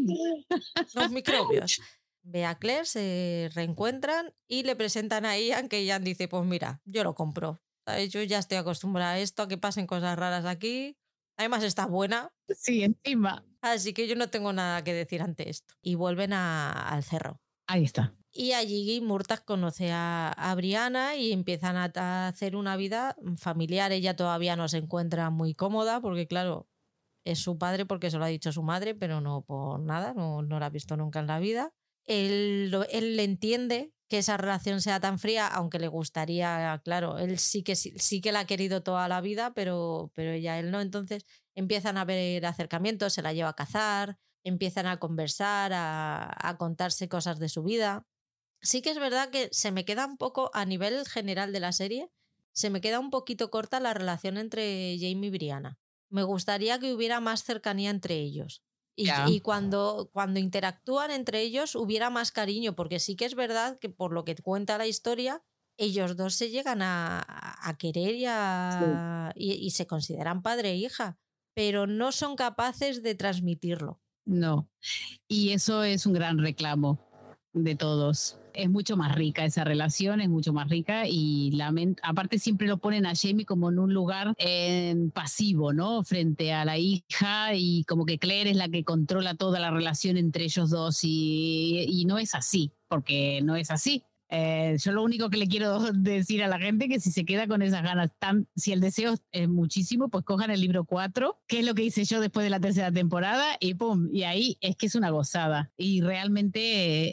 Los microbios. Ve a Claire, se reencuentran y le presentan a Ian, que Ian dice, pues mira, yo lo compro. ¿Sabes? Yo ya estoy acostumbrada a esto, a que pasen cosas raras aquí. Además está buena. Sí, encima. Así que yo no tengo nada que decir ante esto. Y vuelven al cerro. Ahí está. Y allí Murtagh conoce a Brianna y empiezan a hacer una vida familiar. Ella todavía no se encuentra muy cómoda porque, claro, es su padre porque se lo ha dicho su madre, pero no por nada, no la ha visto nunca en la vida. Él le entiende que esa relación sea tan fría, aunque le gustaría, claro, él sí que la ha querido toda la vida, pero él no. Entonces empiezan a haber acercamientos, se la lleva a cazar, empiezan a conversar, a contarse cosas de su vida. Sí que es verdad que se me queda un poco, a nivel general de la serie, se me queda un poquito corta la relación entre Jaime y Brianna. Me gustaría que hubiera más cercanía entre ellos. Y cuando interactúan entre ellos hubiera más cariño, porque sí que es verdad que por lo que cuenta la historia, ellos dos se llegan a querer y se consideran padre e hija, pero no son capaces de transmitirlo. No, y eso es un gran reclamo de todos. Es mucho más rica esa relación, es mucho más rica y aparte siempre lo ponen a Jamie como en un lugar pasivo, ¿no? Frente a la hija y como que Claire es la que controla toda la relación entre ellos dos y no es así, porque no es así. Yo lo único que le quiero decir a la gente que si se queda con esas ganas, si el deseo es muchísimo, pues cojan el libro 4, que es lo que hice yo después de la tercera temporada, y pum, y ahí es que es una gozada. Y realmente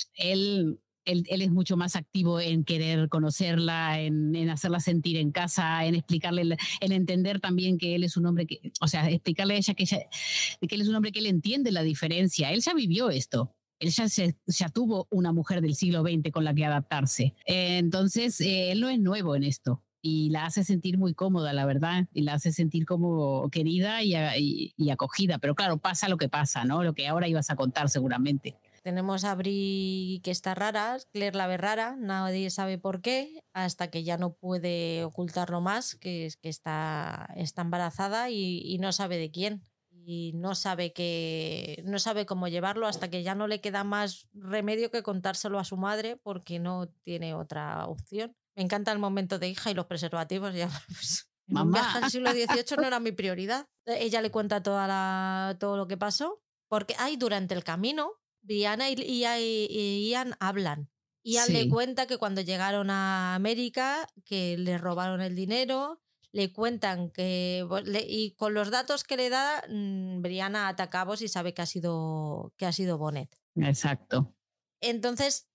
él es mucho más activo en querer conocerla, en hacerla sentir en casa, en explicarle, en entender también que él es un hombre que, o sea, explicarle a ella que él es un hombre que él entiende la diferencia. Él ya vivió esto. Él ya tuvo una mujer del siglo XX con la que adaptarse. Entonces, él no es nuevo en esto y la hace sentir muy cómoda, la verdad, y la hace sentir como querida y acogida. Pero claro, pasa lo que pasa, ¿no? Lo que ahora ibas a contar seguramente. Tenemos a Bri que está rara, Claire la ve rara, nadie sabe por qué, hasta que ya no puede ocultarlo más, que es que está embarazada y no sabe de quién. Y no sabe cómo llevarlo hasta que ya no le queda más remedio que contárselo a su madre porque no tiene otra opción. Me encanta el momento de hija y los preservativos. Ya, pues, en un viaje al siglo XVIII no era mi prioridad. Ella le cuenta todo lo que pasó porque durante el camino Brianna y Ian hablan. Ian le cuenta que cuando llegaron a América que le robaron el dinero. Le cuentan y con los datos que le da, Brianna ata cabos y sabe que ha sido Bonnet. Exacto. Entonces,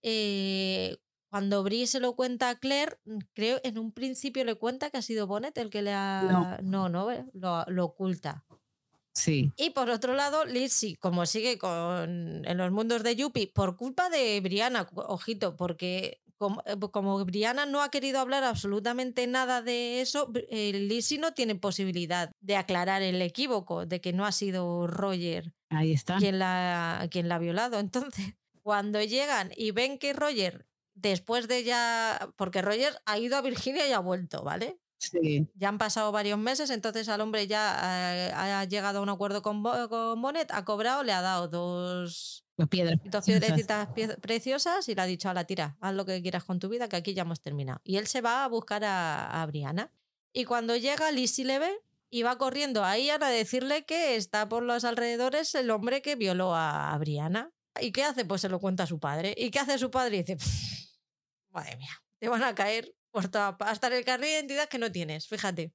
cuando Bri se lo cuenta a Claire, creo en un principio le cuenta que ha sido Bonnet el que le ha... No, lo oculta. Sí. Y por otro lado, Lizzie, como sigue en los mundos de Yuppie, por culpa de Brianna, ojito, porque como Brianna no ha querido hablar absolutamente nada de eso, Lizzie no tiene posibilidad de aclarar el equívoco de que no ha sido Roger Ahí está. quien la ha violado. Entonces, cuando llegan y ven que Roger, después de ya... Porque Roger ha ido a Virginia y ha vuelto, ¿vale? Sí. Ya han pasado varios meses, entonces al hombre ya ha llegado a un acuerdo con Bonnet, ha cobrado, le ha dado dos piedrecitas preciosas y le ha dicho a la tira, haz lo que quieras con tu vida, que aquí ya hemos terminado. Y él se va a buscar a Brianna. Y cuando llega, Lizzie le ve y va corriendo a Ian a decirle que está por los alrededores el hombre que violó a Brianna. ¿Y qué hace? Pues se lo cuenta a su padre. ¿Y qué hace su padre? Y dice, madre mía, te van a caer por hasta en el carnet de identidad que no tienes, fíjate.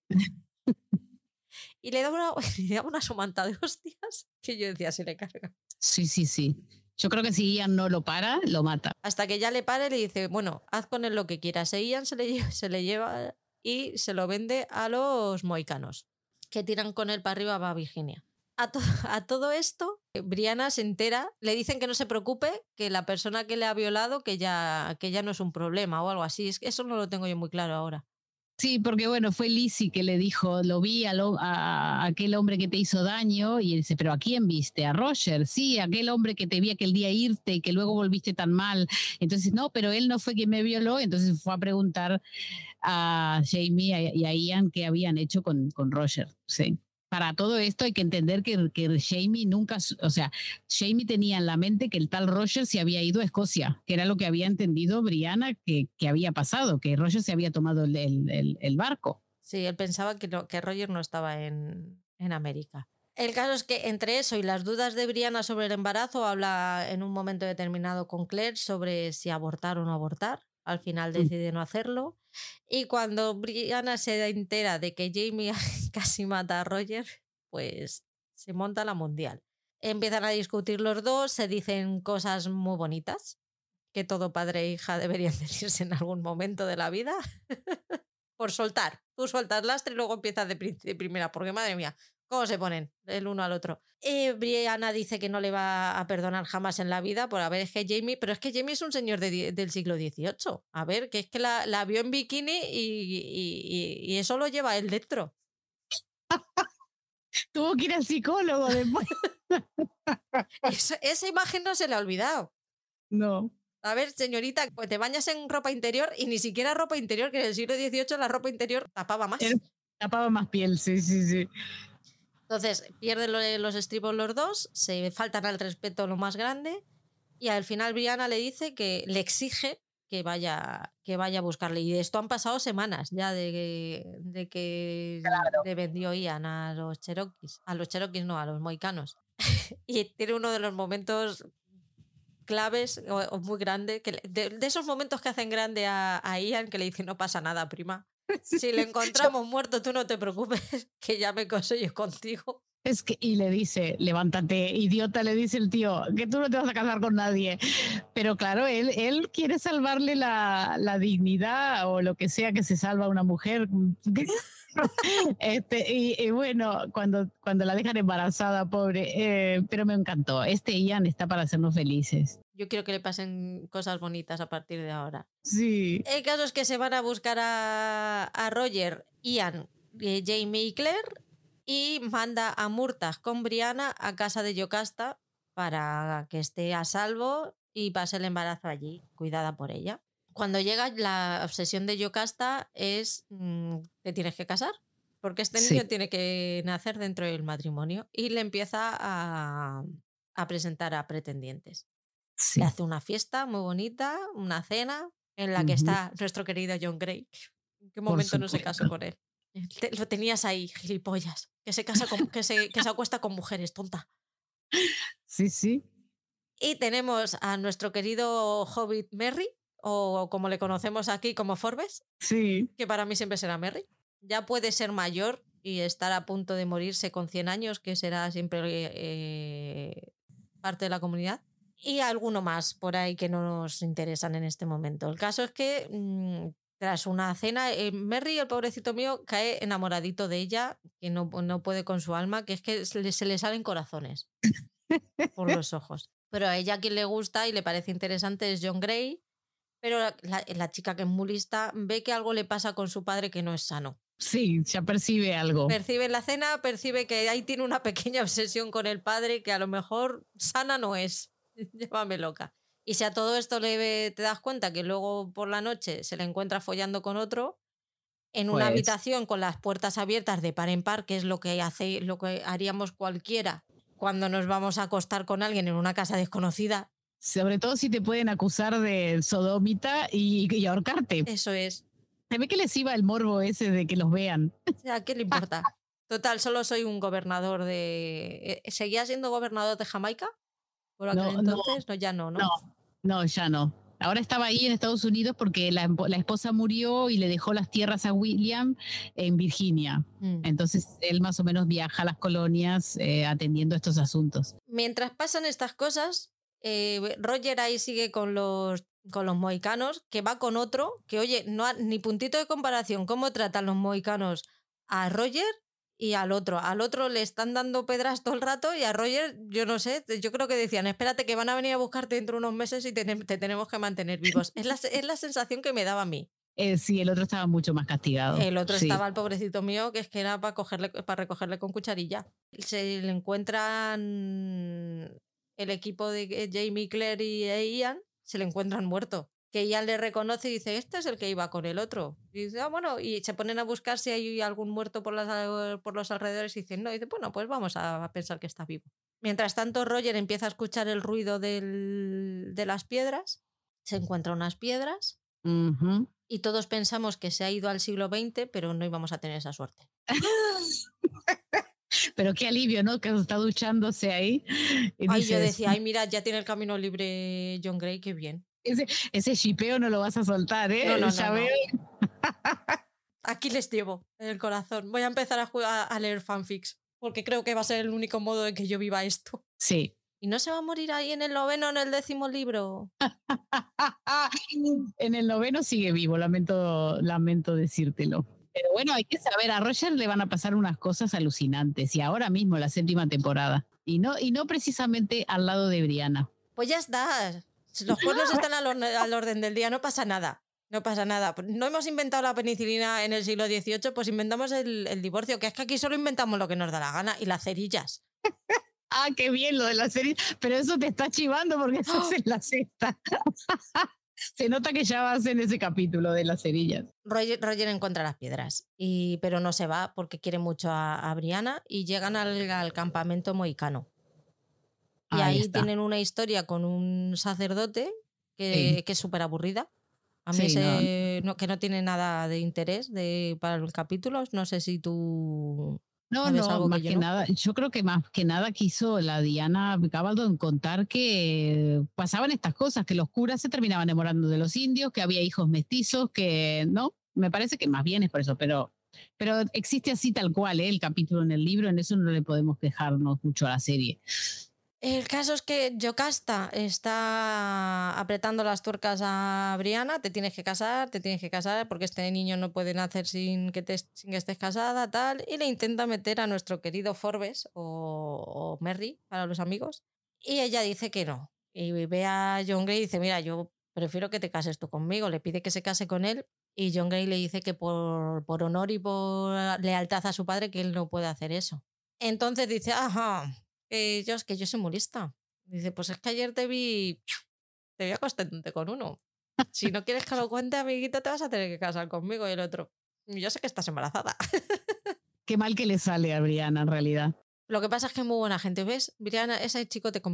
Y le da una somanta de hostias que yo decía, se le carga. Sí. Yo creo que si Ian no lo para, lo mata. Hasta que ya le pare y le dice, bueno, haz con él lo que quieras. E Ian se le lleva y se lo vende a los mohicanos, que tiran con él para arriba para Virginia. A todo esto, Brianna se entera, le dicen que no se preocupe, que la persona que le ha violado, que ya no es un problema o algo así. Es que eso no lo tengo yo muy claro ahora. Sí, porque bueno, fue Lizzie que le dijo, lo vi a aquel hombre que te hizo daño, y él dice, ¿pero a quién viste? ¿A Roger? Sí, aquel hombre que te vi aquel día irte y que luego volviste tan mal. Entonces, no, pero él no fue quien me violó. Entonces fue a preguntar a Jamie y a Ian qué habían hecho con Roger. Sí. Para todo esto hay que entender que Jamie nunca, o sea, Jamie tenía en la mente que el tal Roger se había ido a Escocia, que era lo que había entendido Brianna que había pasado, que Roger se había tomado el barco. Sí, él pensaba que Roger no estaba en América. El caso es que entre eso y las dudas de Brianna sobre el embarazo, habla en un momento determinado con Claire sobre si abortar o no abortar. Al final decide no hacerlo. Y cuando Brianna se entera de que Jamie casi mata a Roger, pues se monta la mundial. Empiezan a discutir los dos, se dicen cosas muy bonitas, que todo padre e hija deberían decirse en algún momento de la vida. Por soltar. Tú sueltas lastre y luego empiezas de primera, porque madre mía, ¿cómo se ponen el uno al otro? Brianna dice que no le va a perdonar jamás en la vida por haber, pero es que Jamie es un señor del siglo XVIII. A ver, que es que la vio en bikini y eso lo lleva él dentro. Tuvo que ir al psicólogo después. Esa imagen no se le ha olvidado. No. A ver, señorita, pues te bañas en ropa interior y ni siquiera ropa interior, que en el siglo XVIII la ropa interior tapaba más. Tapaba más piel, sí. Entonces, pierden los estribos los dos, se faltan al respeto lo más grande y al final Brianna le dice que le exige que vaya a buscarle. Y de esto han pasado semanas ya de que le vendió Ian a los Cherokees. A los Cherokees no, a los mohicanos. Y tiene uno de los momentos claves o muy grande, de esos momentos que hacen grande a Ian, que le dice, no pasa nada, prima. Si le encontramos muerto, tú no te preocupes, que ya me caso yo contigo. Es que, y le dice, levántate, idiota, le dice el tío, que tú no te vas a casar con nadie. Pero claro, él quiere salvarle la dignidad o lo que sea que se salva a una mujer. Y bueno, cuando la dejan embarazada, pobre, pero me encantó. Ian está para hacernos felices. Yo quiero que le pasen cosas bonitas a partir de ahora. Sí. El caso es que se van a buscar a Roger, Ian, Jamie y Claire, y manda a Murtagh con Brianna a casa de Yocasta para que esté a salvo y pase el embarazo allí, cuidada por ella. Cuando llega, la obsesión de Yocasta es te tienes que casar, porque este niño tiene que nacer dentro del matrimonio, y le empieza a presentar a pretendientes. Sí. Le hace una fiesta muy bonita, una cena en la que está nuestro querido John Grey. ¿En qué momento no se casó con él? Lo tenías ahí, gilipollas, que se casa que se acuesta con mujeres, tonta. Sí. Y tenemos a nuestro querido Hobbit Merry, o como le conocemos aquí como Forbes, sí, que para mí siempre será Merry. Ya puede ser mayor y estar a punto de morirse con 100 años, que será siempre parte de la comunidad. Y alguno más por ahí que no nos interesan en este momento. El caso es que tras una cena, Merry, el pobrecito mío, cae enamoradito de ella que no puede con su alma, que es que se le salen corazones por los ojos. Pero a ella quien le gusta y le parece interesante es John Grey, pero la chica que es muy lista ve que algo le pasa con su padre que no es sano. Sí, ya percibe algo. Percibe en la cena, percibe que ahí tiene una pequeña obsesión con el padre que a lo mejor sana no es. Llévame loca. Y si a todo esto te das cuenta que luego por la noche se le encuentra follando con otro en una Pues. habitación con las puertas abiertas de par en par, que es lo que haríamos cualquiera cuando nos vamos a acostar con alguien en una casa desconocida. Sobre todo si te pueden acusar de sodomita y ahorcarte. Eso es. Se ve que les iba el morbo ese de que los vean. O sea, ¿qué le importa? Total, solo soy un gobernador de... ¿Seguía siendo gobernador de Jamaica? ¿Por aquel entonces? No, ya no, ¿no? No, ya no. Ahora estaba ahí en Estados Unidos porque la esposa murió y le dejó las tierras a William en Virginia. Entonces él más o menos viaja a las colonias atendiendo estos asuntos. Mientras pasan estas cosas, Roger ahí sigue con los mohicanos, que va con otro, que oye, no ni puntito de comparación cómo tratan los mohicanos a Roger y al otro. Al otro le están dando pedras todo el rato y a Roger, yo no sé, yo creo que decían, espérate que van a venir a buscarte dentro de unos meses y te tenemos que mantener vivos. Es la sensación que me daba a mí. Sí, el otro estaba mucho más castigado. El otro estaba, el pobrecito mío, que es que era para recogerle con cucharilla. Se le encuentran el equipo de Jamie, Claire y Ian, se le encuentran muerto. Que Ian le reconoce y dice, este es el que iba con el otro. Y dice, bueno, y se ponen a buscar si hay algún muerto por los alrededores y dicen, no, y dice, bueno, pues vamos a pensar que está vivo. Mientras tanto, Roger empieza a escuchar el ruido de las piedras, se encuentra unas piedras y todos pensamos que se ha ido al siglo XX, pero no íbamos a tener esa suerte. Pero qué alivio, ¿no? Que está duchándose ahí. Y ay, yo decía, ay, mira, ya tiene el camino libre John Grey, qué bien. Ese shipeo no lo vas a soltar, ¿eh? No. Veo. Aquí les llevo en el corazón. Voy a empezar a leer fanfics, porque creo que va a ser el único modo en que yo viva esto. Sí. ¿Y no se va a morir ahí en el 9º o en el 10º libro? En el 9º sigue vivo, lamento decírtelo. Pero bueno, hay que saber, a Roger le van a pasar unas cosas alucinantes y ahora mismo la 7ª temporada. Y no precisamente al lado de Brianna. Pues ya está. Los cuernos están al orden del día, no pasa nada. No pasa nada. No hemos inventado la penicilina en el siglo XVIII, pues inventamos el divorcio, que es que aquí solo inventamos lo que nos da la gana y las cerillas. Ah, qué bien lo de la serie, pero eso te está chivando porque eso es en la 6ª. Se nota que ya vas en ese capítulo de las cerillas. Roger encuentra las piedras, pero no se va porque quiere mucho a Brianna y llegan al campamento mohicano. Y ahí tienen una historia con un sacerdote que es súper aburrida. A mí que no tiene nada de interés para los capítulos. No sé si tú... No, más que nada, yo creo que más que nada quiso la Diana Gabaldon contar que pasaban estas cosas, que los curas se terminaban enamorando de los indios, que había hijos mestizos, que no, me parece que más bien es por eso, pero existe así tal cual, el capítulo en el libro, en eso no le podemos quejarnos mucho a la serie. El caso es que Yocasta está apretando las tuercas a Brianna, te tienes que casar porque este niño no puede nacer sin que estés casada, tal, y le intenta meter a nuestro querido Forbes o Merry para los amigos, y ella dice que no. Y ve a John Grey y dice, mira, yo prefiero que te cases tú conmigo, le pide que se case con él, y John Grey le dice que por honor y por lealtad a su padre que él no puede hacer eso. Entonces dice, ajá... yo soy muy lista. Dice, pues es que ayer te vi acostándote con uno. Si no quieres que lo cuente, amiguito, te vas a tener que casar conmigo. Y el otro, yo sé que estás embarazada. Qué mal que le sale a Brianna, en realidad. Lo que pasa es que es muy buena gente, ¿ves? Brianna, ese chico te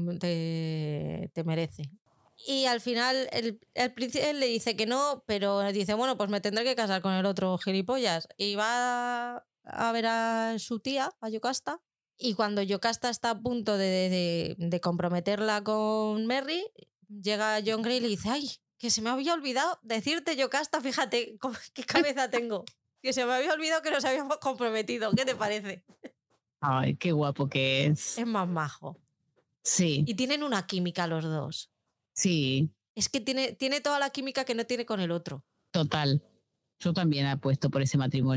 merece. Y al final el príncipe le dice que no, pero dice, bueno, pues me tendré que casar con el otro gilipollas. Y va a ver a su tía, a Yocasta. Y cuando Yocasta está a punto de comprometerla con Merry, llega John Grey y le dice, ay, que se me había olvidado decirte, Yocasta, fíjate qué cabeza tengo, que se me había olvidado que nos habíamos comprometido, ¿qué te parece? Ay, qué guapo que es. Es más majo. Sí. Y tienen una química los dos. Sí. Es que tiene toda la química que no tiene con el otro. Total. Yo también apuesto por ese matrimonio.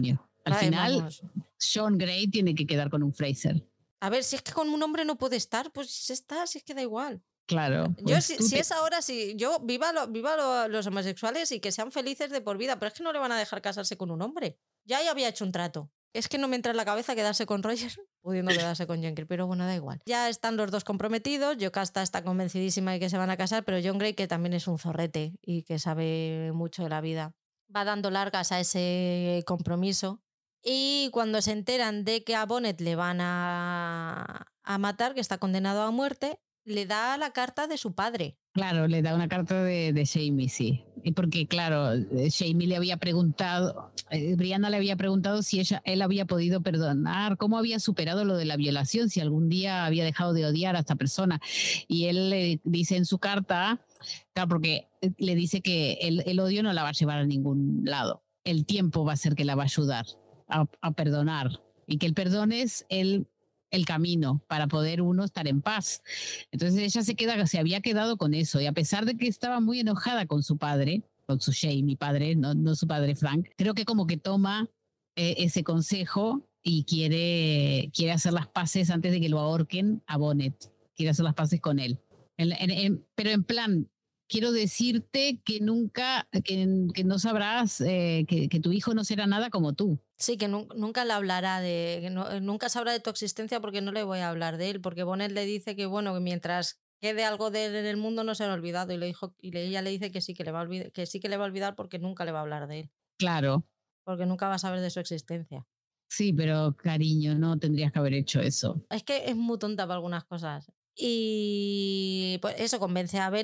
Al final, vamos. Sean Grey tiene que quedar con un Fraser. A ver, si es que con un hombre no puede estar, pues está, si es que da igual. Claro. Yo, Pues si es ahora, sí, yo viva los homosexuales y que sean felices de por vida, pero es que no le van a dejar casarse con un hombre. Ya había hecho un trato. Es que no me entra en la cabeza quedarse con Roger pudiendo quedarse con John Grey, pero bueno, da igual. Ya están los dos comprometidos, Yocasta está convencidísima de que se van a casar, pero John Grey, que también es un zorrete y que sabe mucho de la vida, va dando largas a ese compromiso. Y cuando se enteran de que a Bonnet le van a matar, que está condenado a muerte, le da la carta de su padre. Claro, le da una carta de Jamie, sí. Y porque, claro, Jamie le había preguntado, Brianna le había preguntado si él había podido perdonar, cómo había superado lo de la violación, si algún día había dejado de odiar a esta persona. Y él le dice en su carta, claro, porque le dice que el odio no la va a llevar a ningún lado. El tiempo va a ser que la va a ayudar a perdonar. Y que el perdón es el camino para poder uno estar en paz. Entonces ella se había quedado con eso y a pesar de que estaba muy enojada con su padre, con su Jamie padre, no su padre Frank, creo que como que toma ese consejo y quiere hacer las paces antes de que lo ahorquen a Bonnet, quiere hacer las paces con él. Pero en plan, quiero decirte que nunca, que no sabrás, que tu hijo no será nada como tú. Sí, que nunca le hablará nunca sabrá de tu existencia porque no le voy a hablar de él, porque Bonnet le dice que bueno, que mientras quede algo de él en el mundo no se lo ha olvidado y ella le dice que sí que le va a olvidar porque nunca le va a hablar de él. Claro. Porque nunca va a saber de su existencia. Sí, pero cariño, no tendrías que haber hecho eso. Es que es muy tonta para algunas cosas. Y pues eso convence a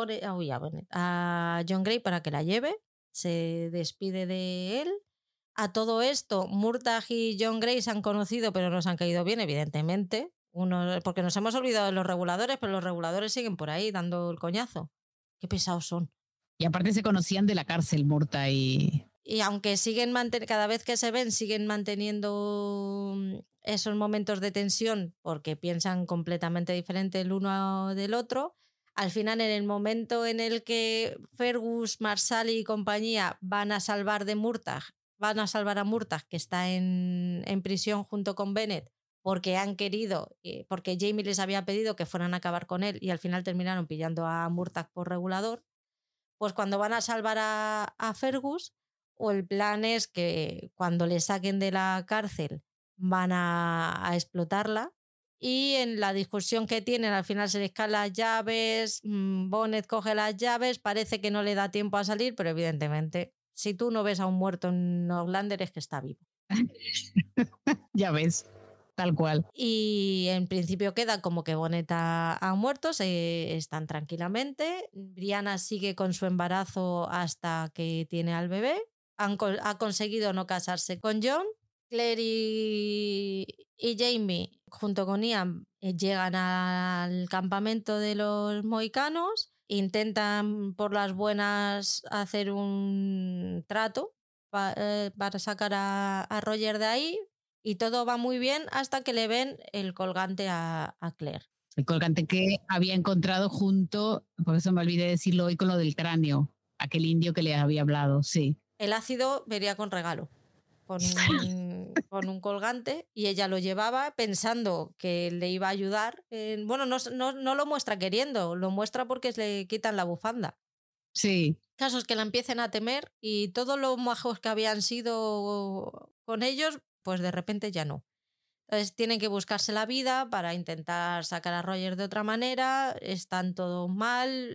John Grey para que la lleve, se despide de él. A todo esto, Murtagh y John Grey se han conocido, pero no se han caído bien, evidentemente. Porque nos hemos olvidado de los reguladores, pero los reguladores siguen por ahí dando el coñazo. Qué pesados son. Y aparte se conocían de la cárcel, Murtagh y aunque cada vez que se ven, siguen manteniendo esos momentos de tensión porque piensan completamente diferente el uno del otro. Al final, en el momento en el que Fergus, Marsali y compañía van a salvar a Murtagh, que está en prisión junto con Bennett, porque han querido, porque Jamie les había pedido que fueran a acabar con él y al final terminaron pillando a Murtagh por regulador, pues cuando van a salvar a Fergus, o el plan es que cuando le saquen de la cárcel van a explotarla. Y en la discusión que tienen, al final se les caen las llaves, Bonnet coge las llaves, parece que no le da tiempo a salir, pero evidentemente, si tú no ves a un muerto en Outlander es que está vivo. Ya ves, tal cual. Y en principio queda como que Bonnet ha muerto, están tranquilamente. Brianna sigue con su embarazo hasta que tiene al bebé. Ha conseguido no casarse con John. Claire y Jamie, junto con Ian, llegan al campamento de los mohicanos, intentan por las buenas hacer un trato para sacar a Roger de ahí, y todo va muy bien hasta que le ven el colgante a Claire. El colgante que había encontrado junto, por eso me olvidé decirlo hoy, con lo del cráneo, aquel indio que le había hablado, sí. El ácido venía con regalo, con un colgante, y ella lo llevaba pensando que le iba a ayudar. Bueno, no lo muestra queriendo, lo muestra porque le quitan la bufanda. Sí. Casos que la empiecen a temer y todos los majos que habían sido con ellos, pues de repente ya no. Entonces tienen que buscarse la vida para intentar sacar a Roger de otra manera, están todos mal,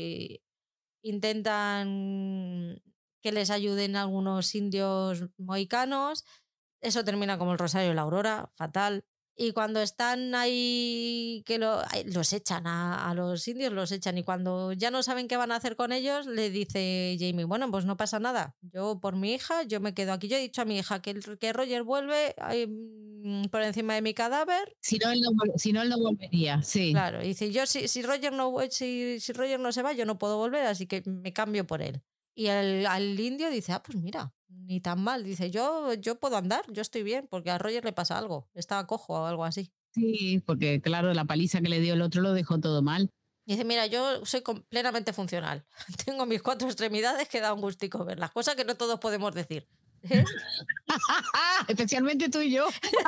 intentan que les ayuden algunos indios mohicanos, eso termina como el Rosario y la Aurora, fatal. Y cuando están ahí, que los echan a los indios, los echan, y cuando ya no saben qué van a hacer con ellos, le dice Jamie, bueno, pues no pasa nada, yo por mi hija, yo me quedo aquí. Yo he dicho a mi hija que Roger vuelve por encima de mi cadáver. Si no, él no volvería, sí. Claro, y dice, yo si Roger no se va, yo no puedo volver, así que me cambio por él. Y al indio dice, pues mira, ni tan mal. Dice, yo puedo andar, yo estoy bien, porque a Roger le pasa algo, estaba cojo o algo así. Sí, porque claro, la paliza que le dio el otro lo dejó todo mal. Dice, mira, yo soy plenamente funcional. Tengo mis 4 extremidades que da un gustico ver las cosas que no todos podemos decir. ¿eh? Especialmente tú y yo.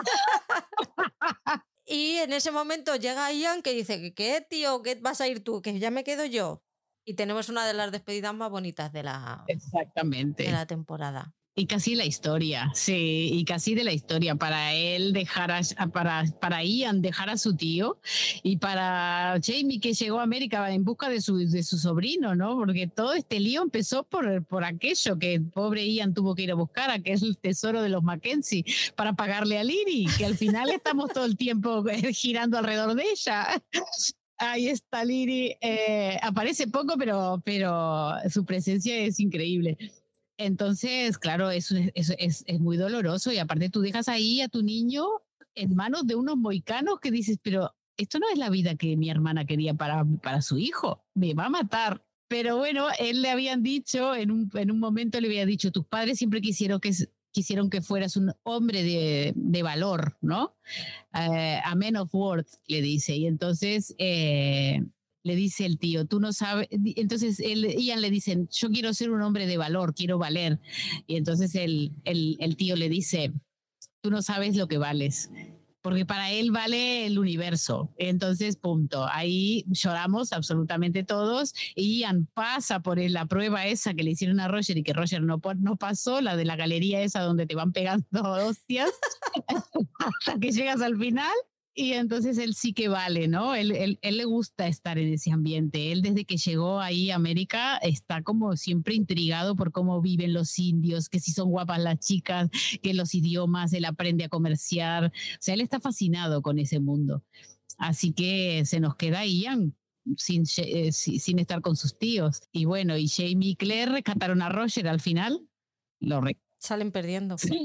Y en ese momento llega Ian que dice, ¿qué, tío? ¿Qué vas a ir tú? Que ya me quedo yo. Y tenemos una de las despedidas más bonitas de la Exactamente. temporada. Y casi la historia, sí, y casi de la historia. Para él dejar para Ian dejar a su tío y para Jamie que llegó a América en busca de su sobrino, ¿no? Porque todo este lío empezó por aquello que el pobre Ian tuvo que ir a buscar, aquel tesoro de los Mackenzie para pagarle a Lily, que al final estamos todo el tiempo girando alrededor de ella. Ahí está Lily, aparece poco, pero su presencia es increíble. Entonces, claro, eso es muy doloroso y aparte tú dejas ahí a tu niño en manos de unos mohicanos que dices, pero esto no es la vida que mi hermana quería para su hijo, me va a matar. Pero bueno, él le habían dicho, en un momento le había dicho, tus padres siempre quisieron que fueras un hombre de valor, ¿no? A man of worth, le dice. Y entonces... le dice el tío, tú no sabes, entonces Ian le dice, yo quiero ser un hombre de valor, quiero valer. Y entonces el tío le dice, tú no sabes lo que vales, porque para él vale el universo. Entonces, punto. Ahí lloramos absolutamente todos. Y Ian pasa por la prueba esa que le hicieron a Roger y que Roger no pasó, la de la galería esa donde te van pegando hostias hasta que llegas al final. Y entonces él sí que vale, ¿no? Él le gusta estar en ese ambiente. Él desde que llegó ahí a América está como siempre intrigado por cómo viven los indios, que si son guapas las chicas, que los idiomas, él aprende a comerciar. O sea, él está fascinado con ese mundo. Así que se nos queda Ian sin estar con sus tíos. Y bueno, y Jamie y Claire rescataron a Roger al final. Salen perdiendo. Sí.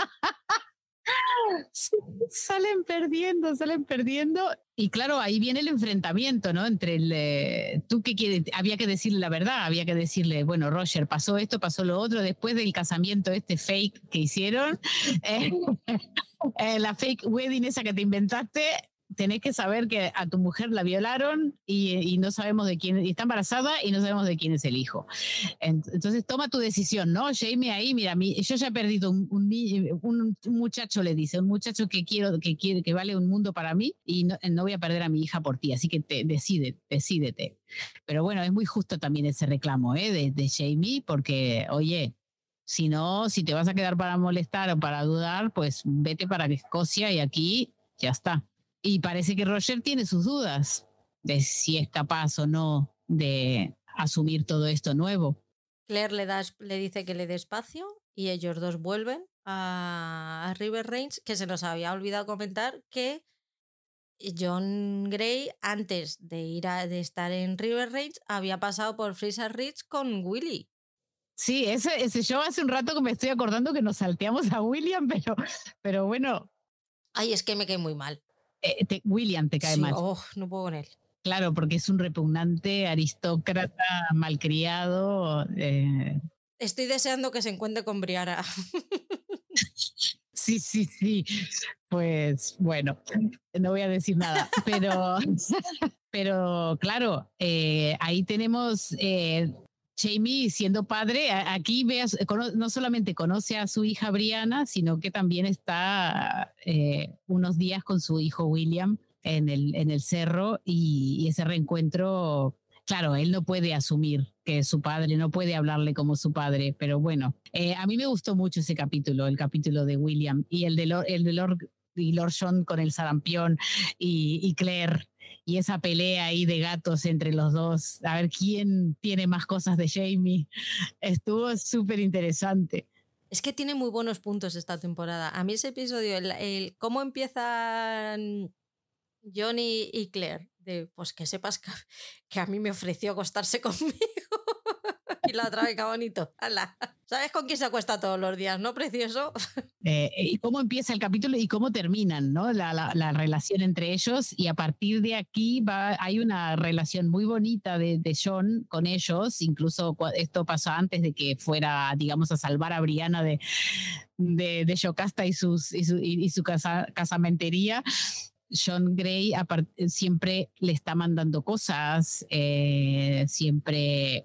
Sí, salen perdiendo. Y claro, ahí viene el enfrentamiento, ¿no? Entre tú que quieres, había que decirle la verdad, había que decirle, bueno, Roger, pasó esto, pasó lo otro, después del casamiento fake que hicieron, la fake wedding esa que te inventaste, tenés que saber que a tu mujer la violaron y no sabemos de quién, y está embarazada y no sabemos de quién es el hijo. Entonces toma tu decisión, ¿no? Jamie ahí, mira, yo ya he perdido un muchacho, le dice, un muchacho que vale un mundo para mí y no voy a perder a mi hija por ti, así que decídete. Pero bueno, es muy justo también ese reclamo de Jamie, porque, oye, si te vas a quedar para molestar o para dudar, pues vete para Escocia y aquí ya está. Y parece que Roger tiene sus dudas de si es capaz o no de asumir todo esto nuevo. Claire le dice que le dé espacio y ellos dos vuelven a River Range, que se nos había olvidado comentar que John Grey, antes de estar en River Range, había pasado por Fraser Ridge con Willy. Sí, ese show hace un rato que me estoy acordando que nos salteamos a William, pero bueno. Ay, es que me cae muy mal. William te cae mal. Oh, no puedo con él. Claro, porque es un repugnante aristócrata malcriado. Estoy deseando que se encuentre con Briara. Sí. Pues bueno, no voy a decir nada, pero claro, ahí tenemos Jamie siendo padre. Aquí no solamente conoce a su hija Brianna, sino que también está unos días con su hijo William en el cerro y ese reencuentro. Claro, él no puede asumir que es su padre, no puede hablarle como su padre, pero bueno, a mí me gustó mucho ese capítulo, el capítulo de William y el de Lord John con el sarampión y Claire y esa pelea ahí de gatos entre los dos, a ver quién tiene más cosas de Jamie. Estuvo súper interesante. Es que tiene muy buenos puntos esta temporada. A mí ese episodio, cómo empiezan Johnny y Claire, pues que sepas que a mí me ofreció acostarse conmigo. Y la otra vez, qué bonito. ¡Hala! ¿Sabes con quién se acuesta todos los días, no, precioso? Y cómo empieza el capítulo y cómo terminan, ¿no? La relación entre ellos. Y a partir de aquí hay una relación muy bonita de John con ellos. Incluso esto pasó antes de que fuera, digamos, a salvar a Brianna de Yocasta y su casamentería. John Grey siempre le está mandando cosas, siempre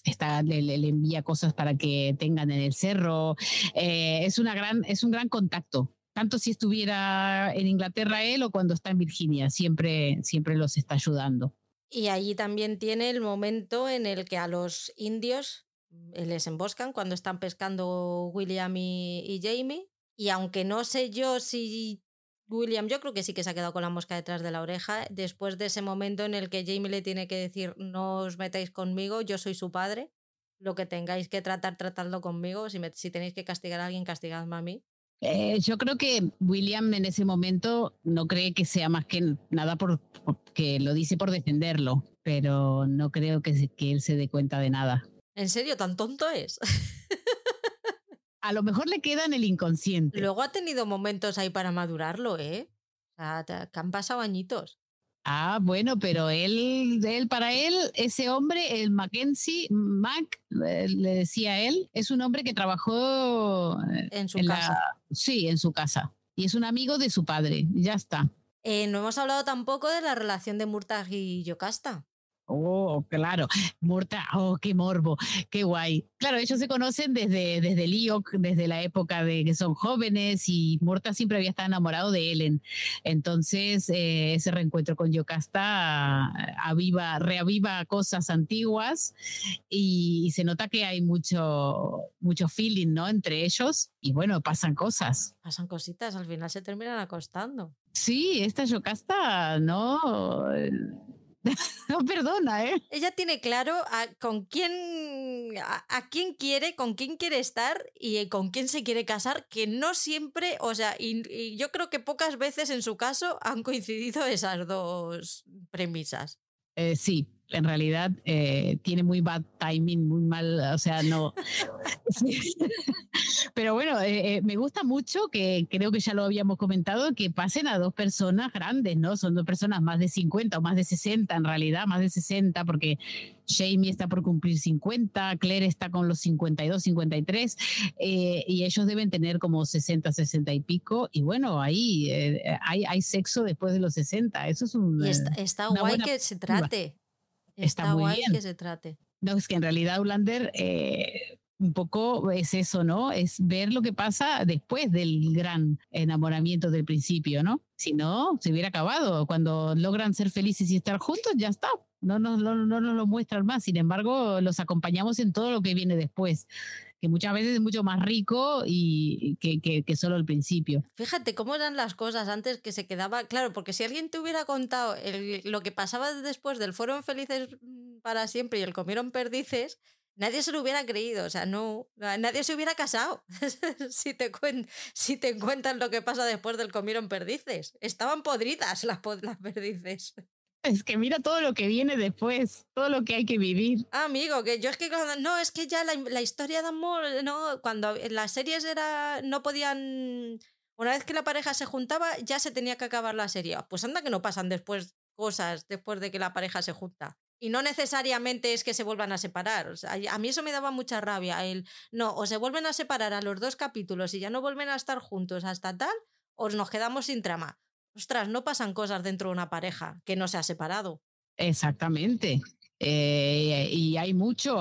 le envía cosas para que tengan en el cerro. Es un gran contacto. Tanto si estuviera en Inglaterra él o cuando está en Virginia, siempre los está ayudando. Y allí también tiene el momento en el que a los indios les emboscan cuando están pescando William y Jamie. Y aunque no sé yo si William, yo creo que sí que se ha quedado con la mosca detrás de la oreja, después de ese momento en el que Jamie le tiene que decir no os metáis conmigo, yo soy su padre, lo que tengáis que tratadlo conmigo, si tenéis que castigar a alguien, castigadme a mí. Yo creo que William en ese momento no cree que sea más que nada porque lo dice por defenderlo, pero no creo que él se dé cuenta de nada. ¿En serio? ¿Tan tonto es? A lo mejor le queda en el inconsciente. Luego ha tenido momentos ahí para madurarlo, ¿eh? O sea, que han pasado añitos. Ah, bueno, pero para él, ese hombre, el Mac, le decía a él, es un hombre que trabajó en su casa. Sí, en su casa. Y es un amigo de su padre. Ya está. No hemos hablado tampoco de la relación de Murtagh y Yocasta. Oh, claro. Murtagh, oh, qué morbo, qué guay. Claro, ellos se conocen desde Lyok, desde la época de que son jóvenes, y Murtagh siempre había estado enamorado de Ellen. Entonces, ese reencuentro con Yocasta reaviva cosas antiguas y se nota que hay mucho feeling, ¿no? Entre ellos, y bueno, pasan cosas. Pasan cositas, al final se terminan acostando. Sí, esta Yocasta, no... No perdona, ¿eh? Ella tiene claro a quién quiere, con quién quiere estar y con quién se quiere casar, que no siempre, o sea, y yo creo que pocas veces en su caso han coincidido esas dos premisas. Sí, en realidad tiene muy bad timing, muy mal, o sea, no. Pero bueno, me gusta mucho, que creo que ya lo habíamos comentado, que pasen a dos personas grandes, ¿no? Son dos personas más de 50 o más de 60, en realidad, más de 60, porque Jamie está por cumplir 50, Claire está con los 52, 53, y ellos deben tener como 60, 60 y pico, y bueno, ahí hay sexo después de los 60, eso es un... Y está guay que se trate. Está muy guay bien que se trate. No, es que en realidad Outlander un poco es eso, ¿no? Es ver lo que pasa después del gran enamoramiento del principio, ¿no? Si no, se hubiera acabado. Cuando logran ser felices y estar juntos, ya está. No nos lo muestran más. Sin embargo, los acompañamos en todo lo que viene después, que muchas veces es mucho más rico y que solo el principio. Fíjate cómo eran las cosas antes, que se quedaba... Claro, porque si alguien te hubiera contado lo que pasaba después del Fueron felices para siempre y el Comieron perdices, nadie se lo hubiera creído. O sea, nadie se hubiera casado si te cuentan lo que pasa después del Comieron perdices. Estaban podridas las perdices. Es que mira todo lo que viene después, todo lo que hay que vivir. Amigo, que yo es que no, es que ya la historia de amor, no, cuando las series no podían, una vez que la pareja se juntaba, ya se tenía que acabar la serie. Pues anda que no pasan después cosas después de que la pareja se junta. Y no necesariamente es que se vuelvan a separar. O sea, a mí eso me daba mucha rabia. O se vuelven a separar a los 2 capítulos y ya no vuelven a estar juntos hasta tal, o nos quedamos sin trama. Ostras, no pasan cosas dentro de una pareja que no se ha separado. Exactamente. Y hay mucho,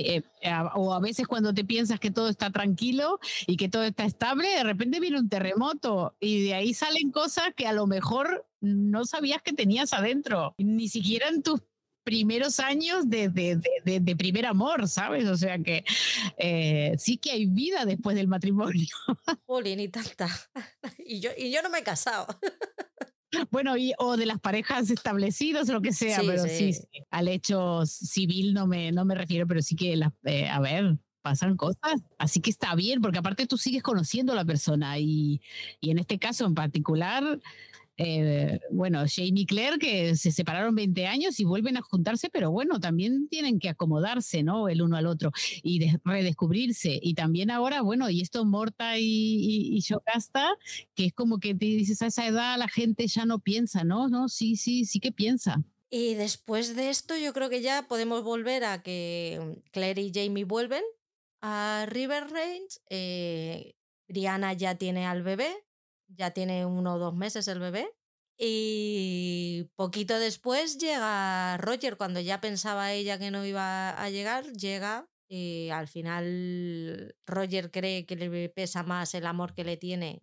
o a veces cuando te piensas que todo está tranquilo y que todo está estable, de repente viene un terremoto y de ahí salen cosas que a lo mejor no sabías que tenías adentro, ni siquiera en tus primeros años de primer amor, ¿sabes? O sea que sí que hay vida después del matrimonio. Jolín, y tanta. Y yo no me he casado. Bueno, o de las parejas establecidas o lo que sea, Sí, pero sí. sí, al hecho civil no me refiero, pero sí que, a ver, pasan cosas, así que está bien, porque aparte tú sigues conociendo a la persona y en este caso en particular, bueno, Jamie y Claire que se separaron 20 años y vuelven a juntarse, pero bueno, también tienen que acomodarse, ¿no? El uno al otro y redescubrirse. Y también ahora, bueno, y esto Murtagh y Yocasta, que es como que te dices, a esa edad la gente ya no piensa, ¿no? No, sí que piensa. Y después de esto yo creo que ya podemos volver a que Claire y Jamie vuelven a River Range. Brianna ya tiene al bebé, ya tiene 1 o 2 meses el bebé. Y poquito después llega Roger, cuando ya pensaba ella que no iba a llegar, llega y al final Roger cree que le pesa más el amor que le tiene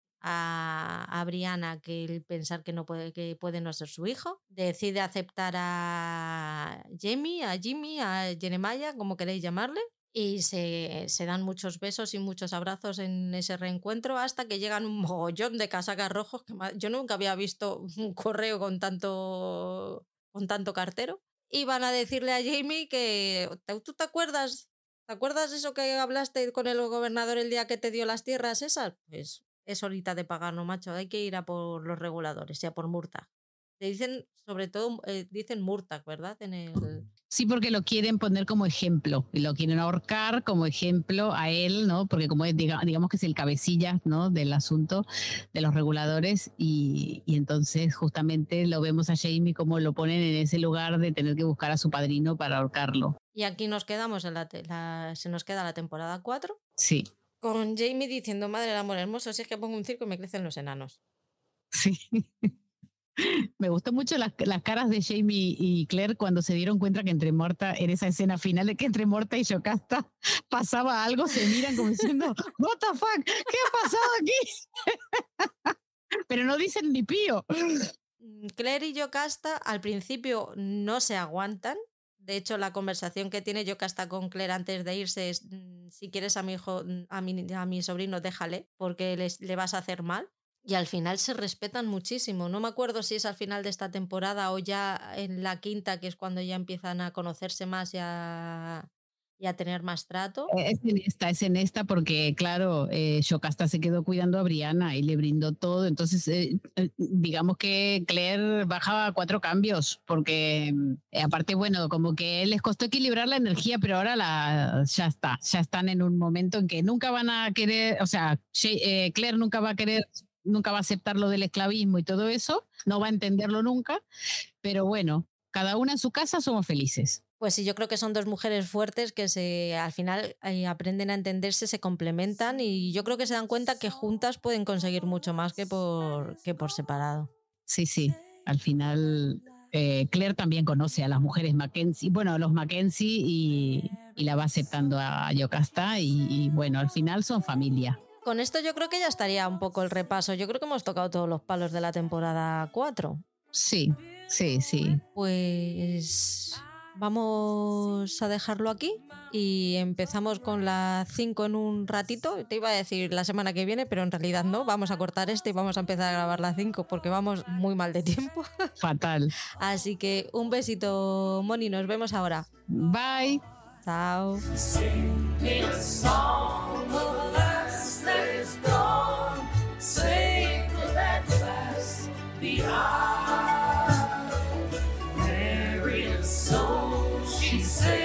a Brianna que el pensar que puede no ser su hijo. Decide aceptar a Jimmy, a Jeremiah, como queréis llamarle, y se dan muchos besos y muchos abrazos en ese reencuentro hasta que llegan un mogollón de casacas rojos que yo nunca había visto un correo con tanto cartero, y van a decirle a Jamie que ¿tú te acuerdas? ¿Te acuerdas eso que hablaste con el gobernador el día que te dio las tierras esas? Pues es horita de pagano, macho. Hay que ir a por los reguladores y a por Murtagh. Te dicen, sobre todo, dicen Murtagh, ¿verdad? Sí, porque lo quieren poner como ejemplo y lo quieren ahorcar como ejemplo a él, ¿no? Porque como es, digamos que es el cabecilla, ¿no? Del asunto de los reguladores y entonces justamente lo vemos a Jamie como lo ponen en ese lugar de tener que buscar a su padrino para ahorcarlo. Y aquí nos quedamos se nos queda la temporada 4. Sí. Con Jamie diciendo, madre del amor hermoso, si es que pongo un circo y me crecen los enanos. Sí. Me gustó mucho las caras de Jamie y Claire cuando se dieron cuenta que entre Morta, en esa escena final de que entre Morta y Yocasta pasaba algo, se miran como diciendo, what the fuck, ¿qué ha pasado aquí? Pero no dicen ni pío. Claire y Yocasta al principio no se aguantan. De hecho, la conversación que tiene Yocasta con Claire antes de irse es, si quieres a mi hijo, a mi sobrino, déjale, porque le vas a hacer mal. Y al final se respetan muchísimo. No me acuerdo si es al final de esta temporada o ya en la quinta, que es cuando ya empiezan a conocerse más y a tener más trato. Es en esta porque, claro, Yocasta se quedó cuidando a Brianna y le brindó todo. Entonces, digamos que Claire bajaba 4 cambios porque, aparte, bueno, como que les costó equilibrar la energía, pero ahora ya están en un momento en que nunca van a querer, o sea, Claire nunca va a querer, nunca va a aceptar lo del esclavismo y todo eso, no va a entenderlo nunca, pero bueno, cada una en su casa somos felices. Pues sí, yo creo que son 2 mujeres fuertes que al final aprenden a entenderse, se complementan y yo creo que se dan cuenta que juntas pueden conseguir mucho más que por separado. Sí, al final Claire también conoce a las mujeres Mackenzie, bueno, a los Mackenzie y la va aceptando a Yocasta y bueno, al final son familia. Con esto yo creo que ya estaría un poco el repaso. Yo creo que hemos tocado todos los palos de la temporada 4. Sí. Pues vamos a dejarlo aquí y empezamos con la 5 en un ratito. Te iba a decir la semana que viene, pero en realidad no. Vamos a cortar y vamos a empezar a grabar la 5 porque vamos muy mal de tiempo. Fatal. Así que un besito, Moni. Nos vemos ahora. Bye. Chao. She said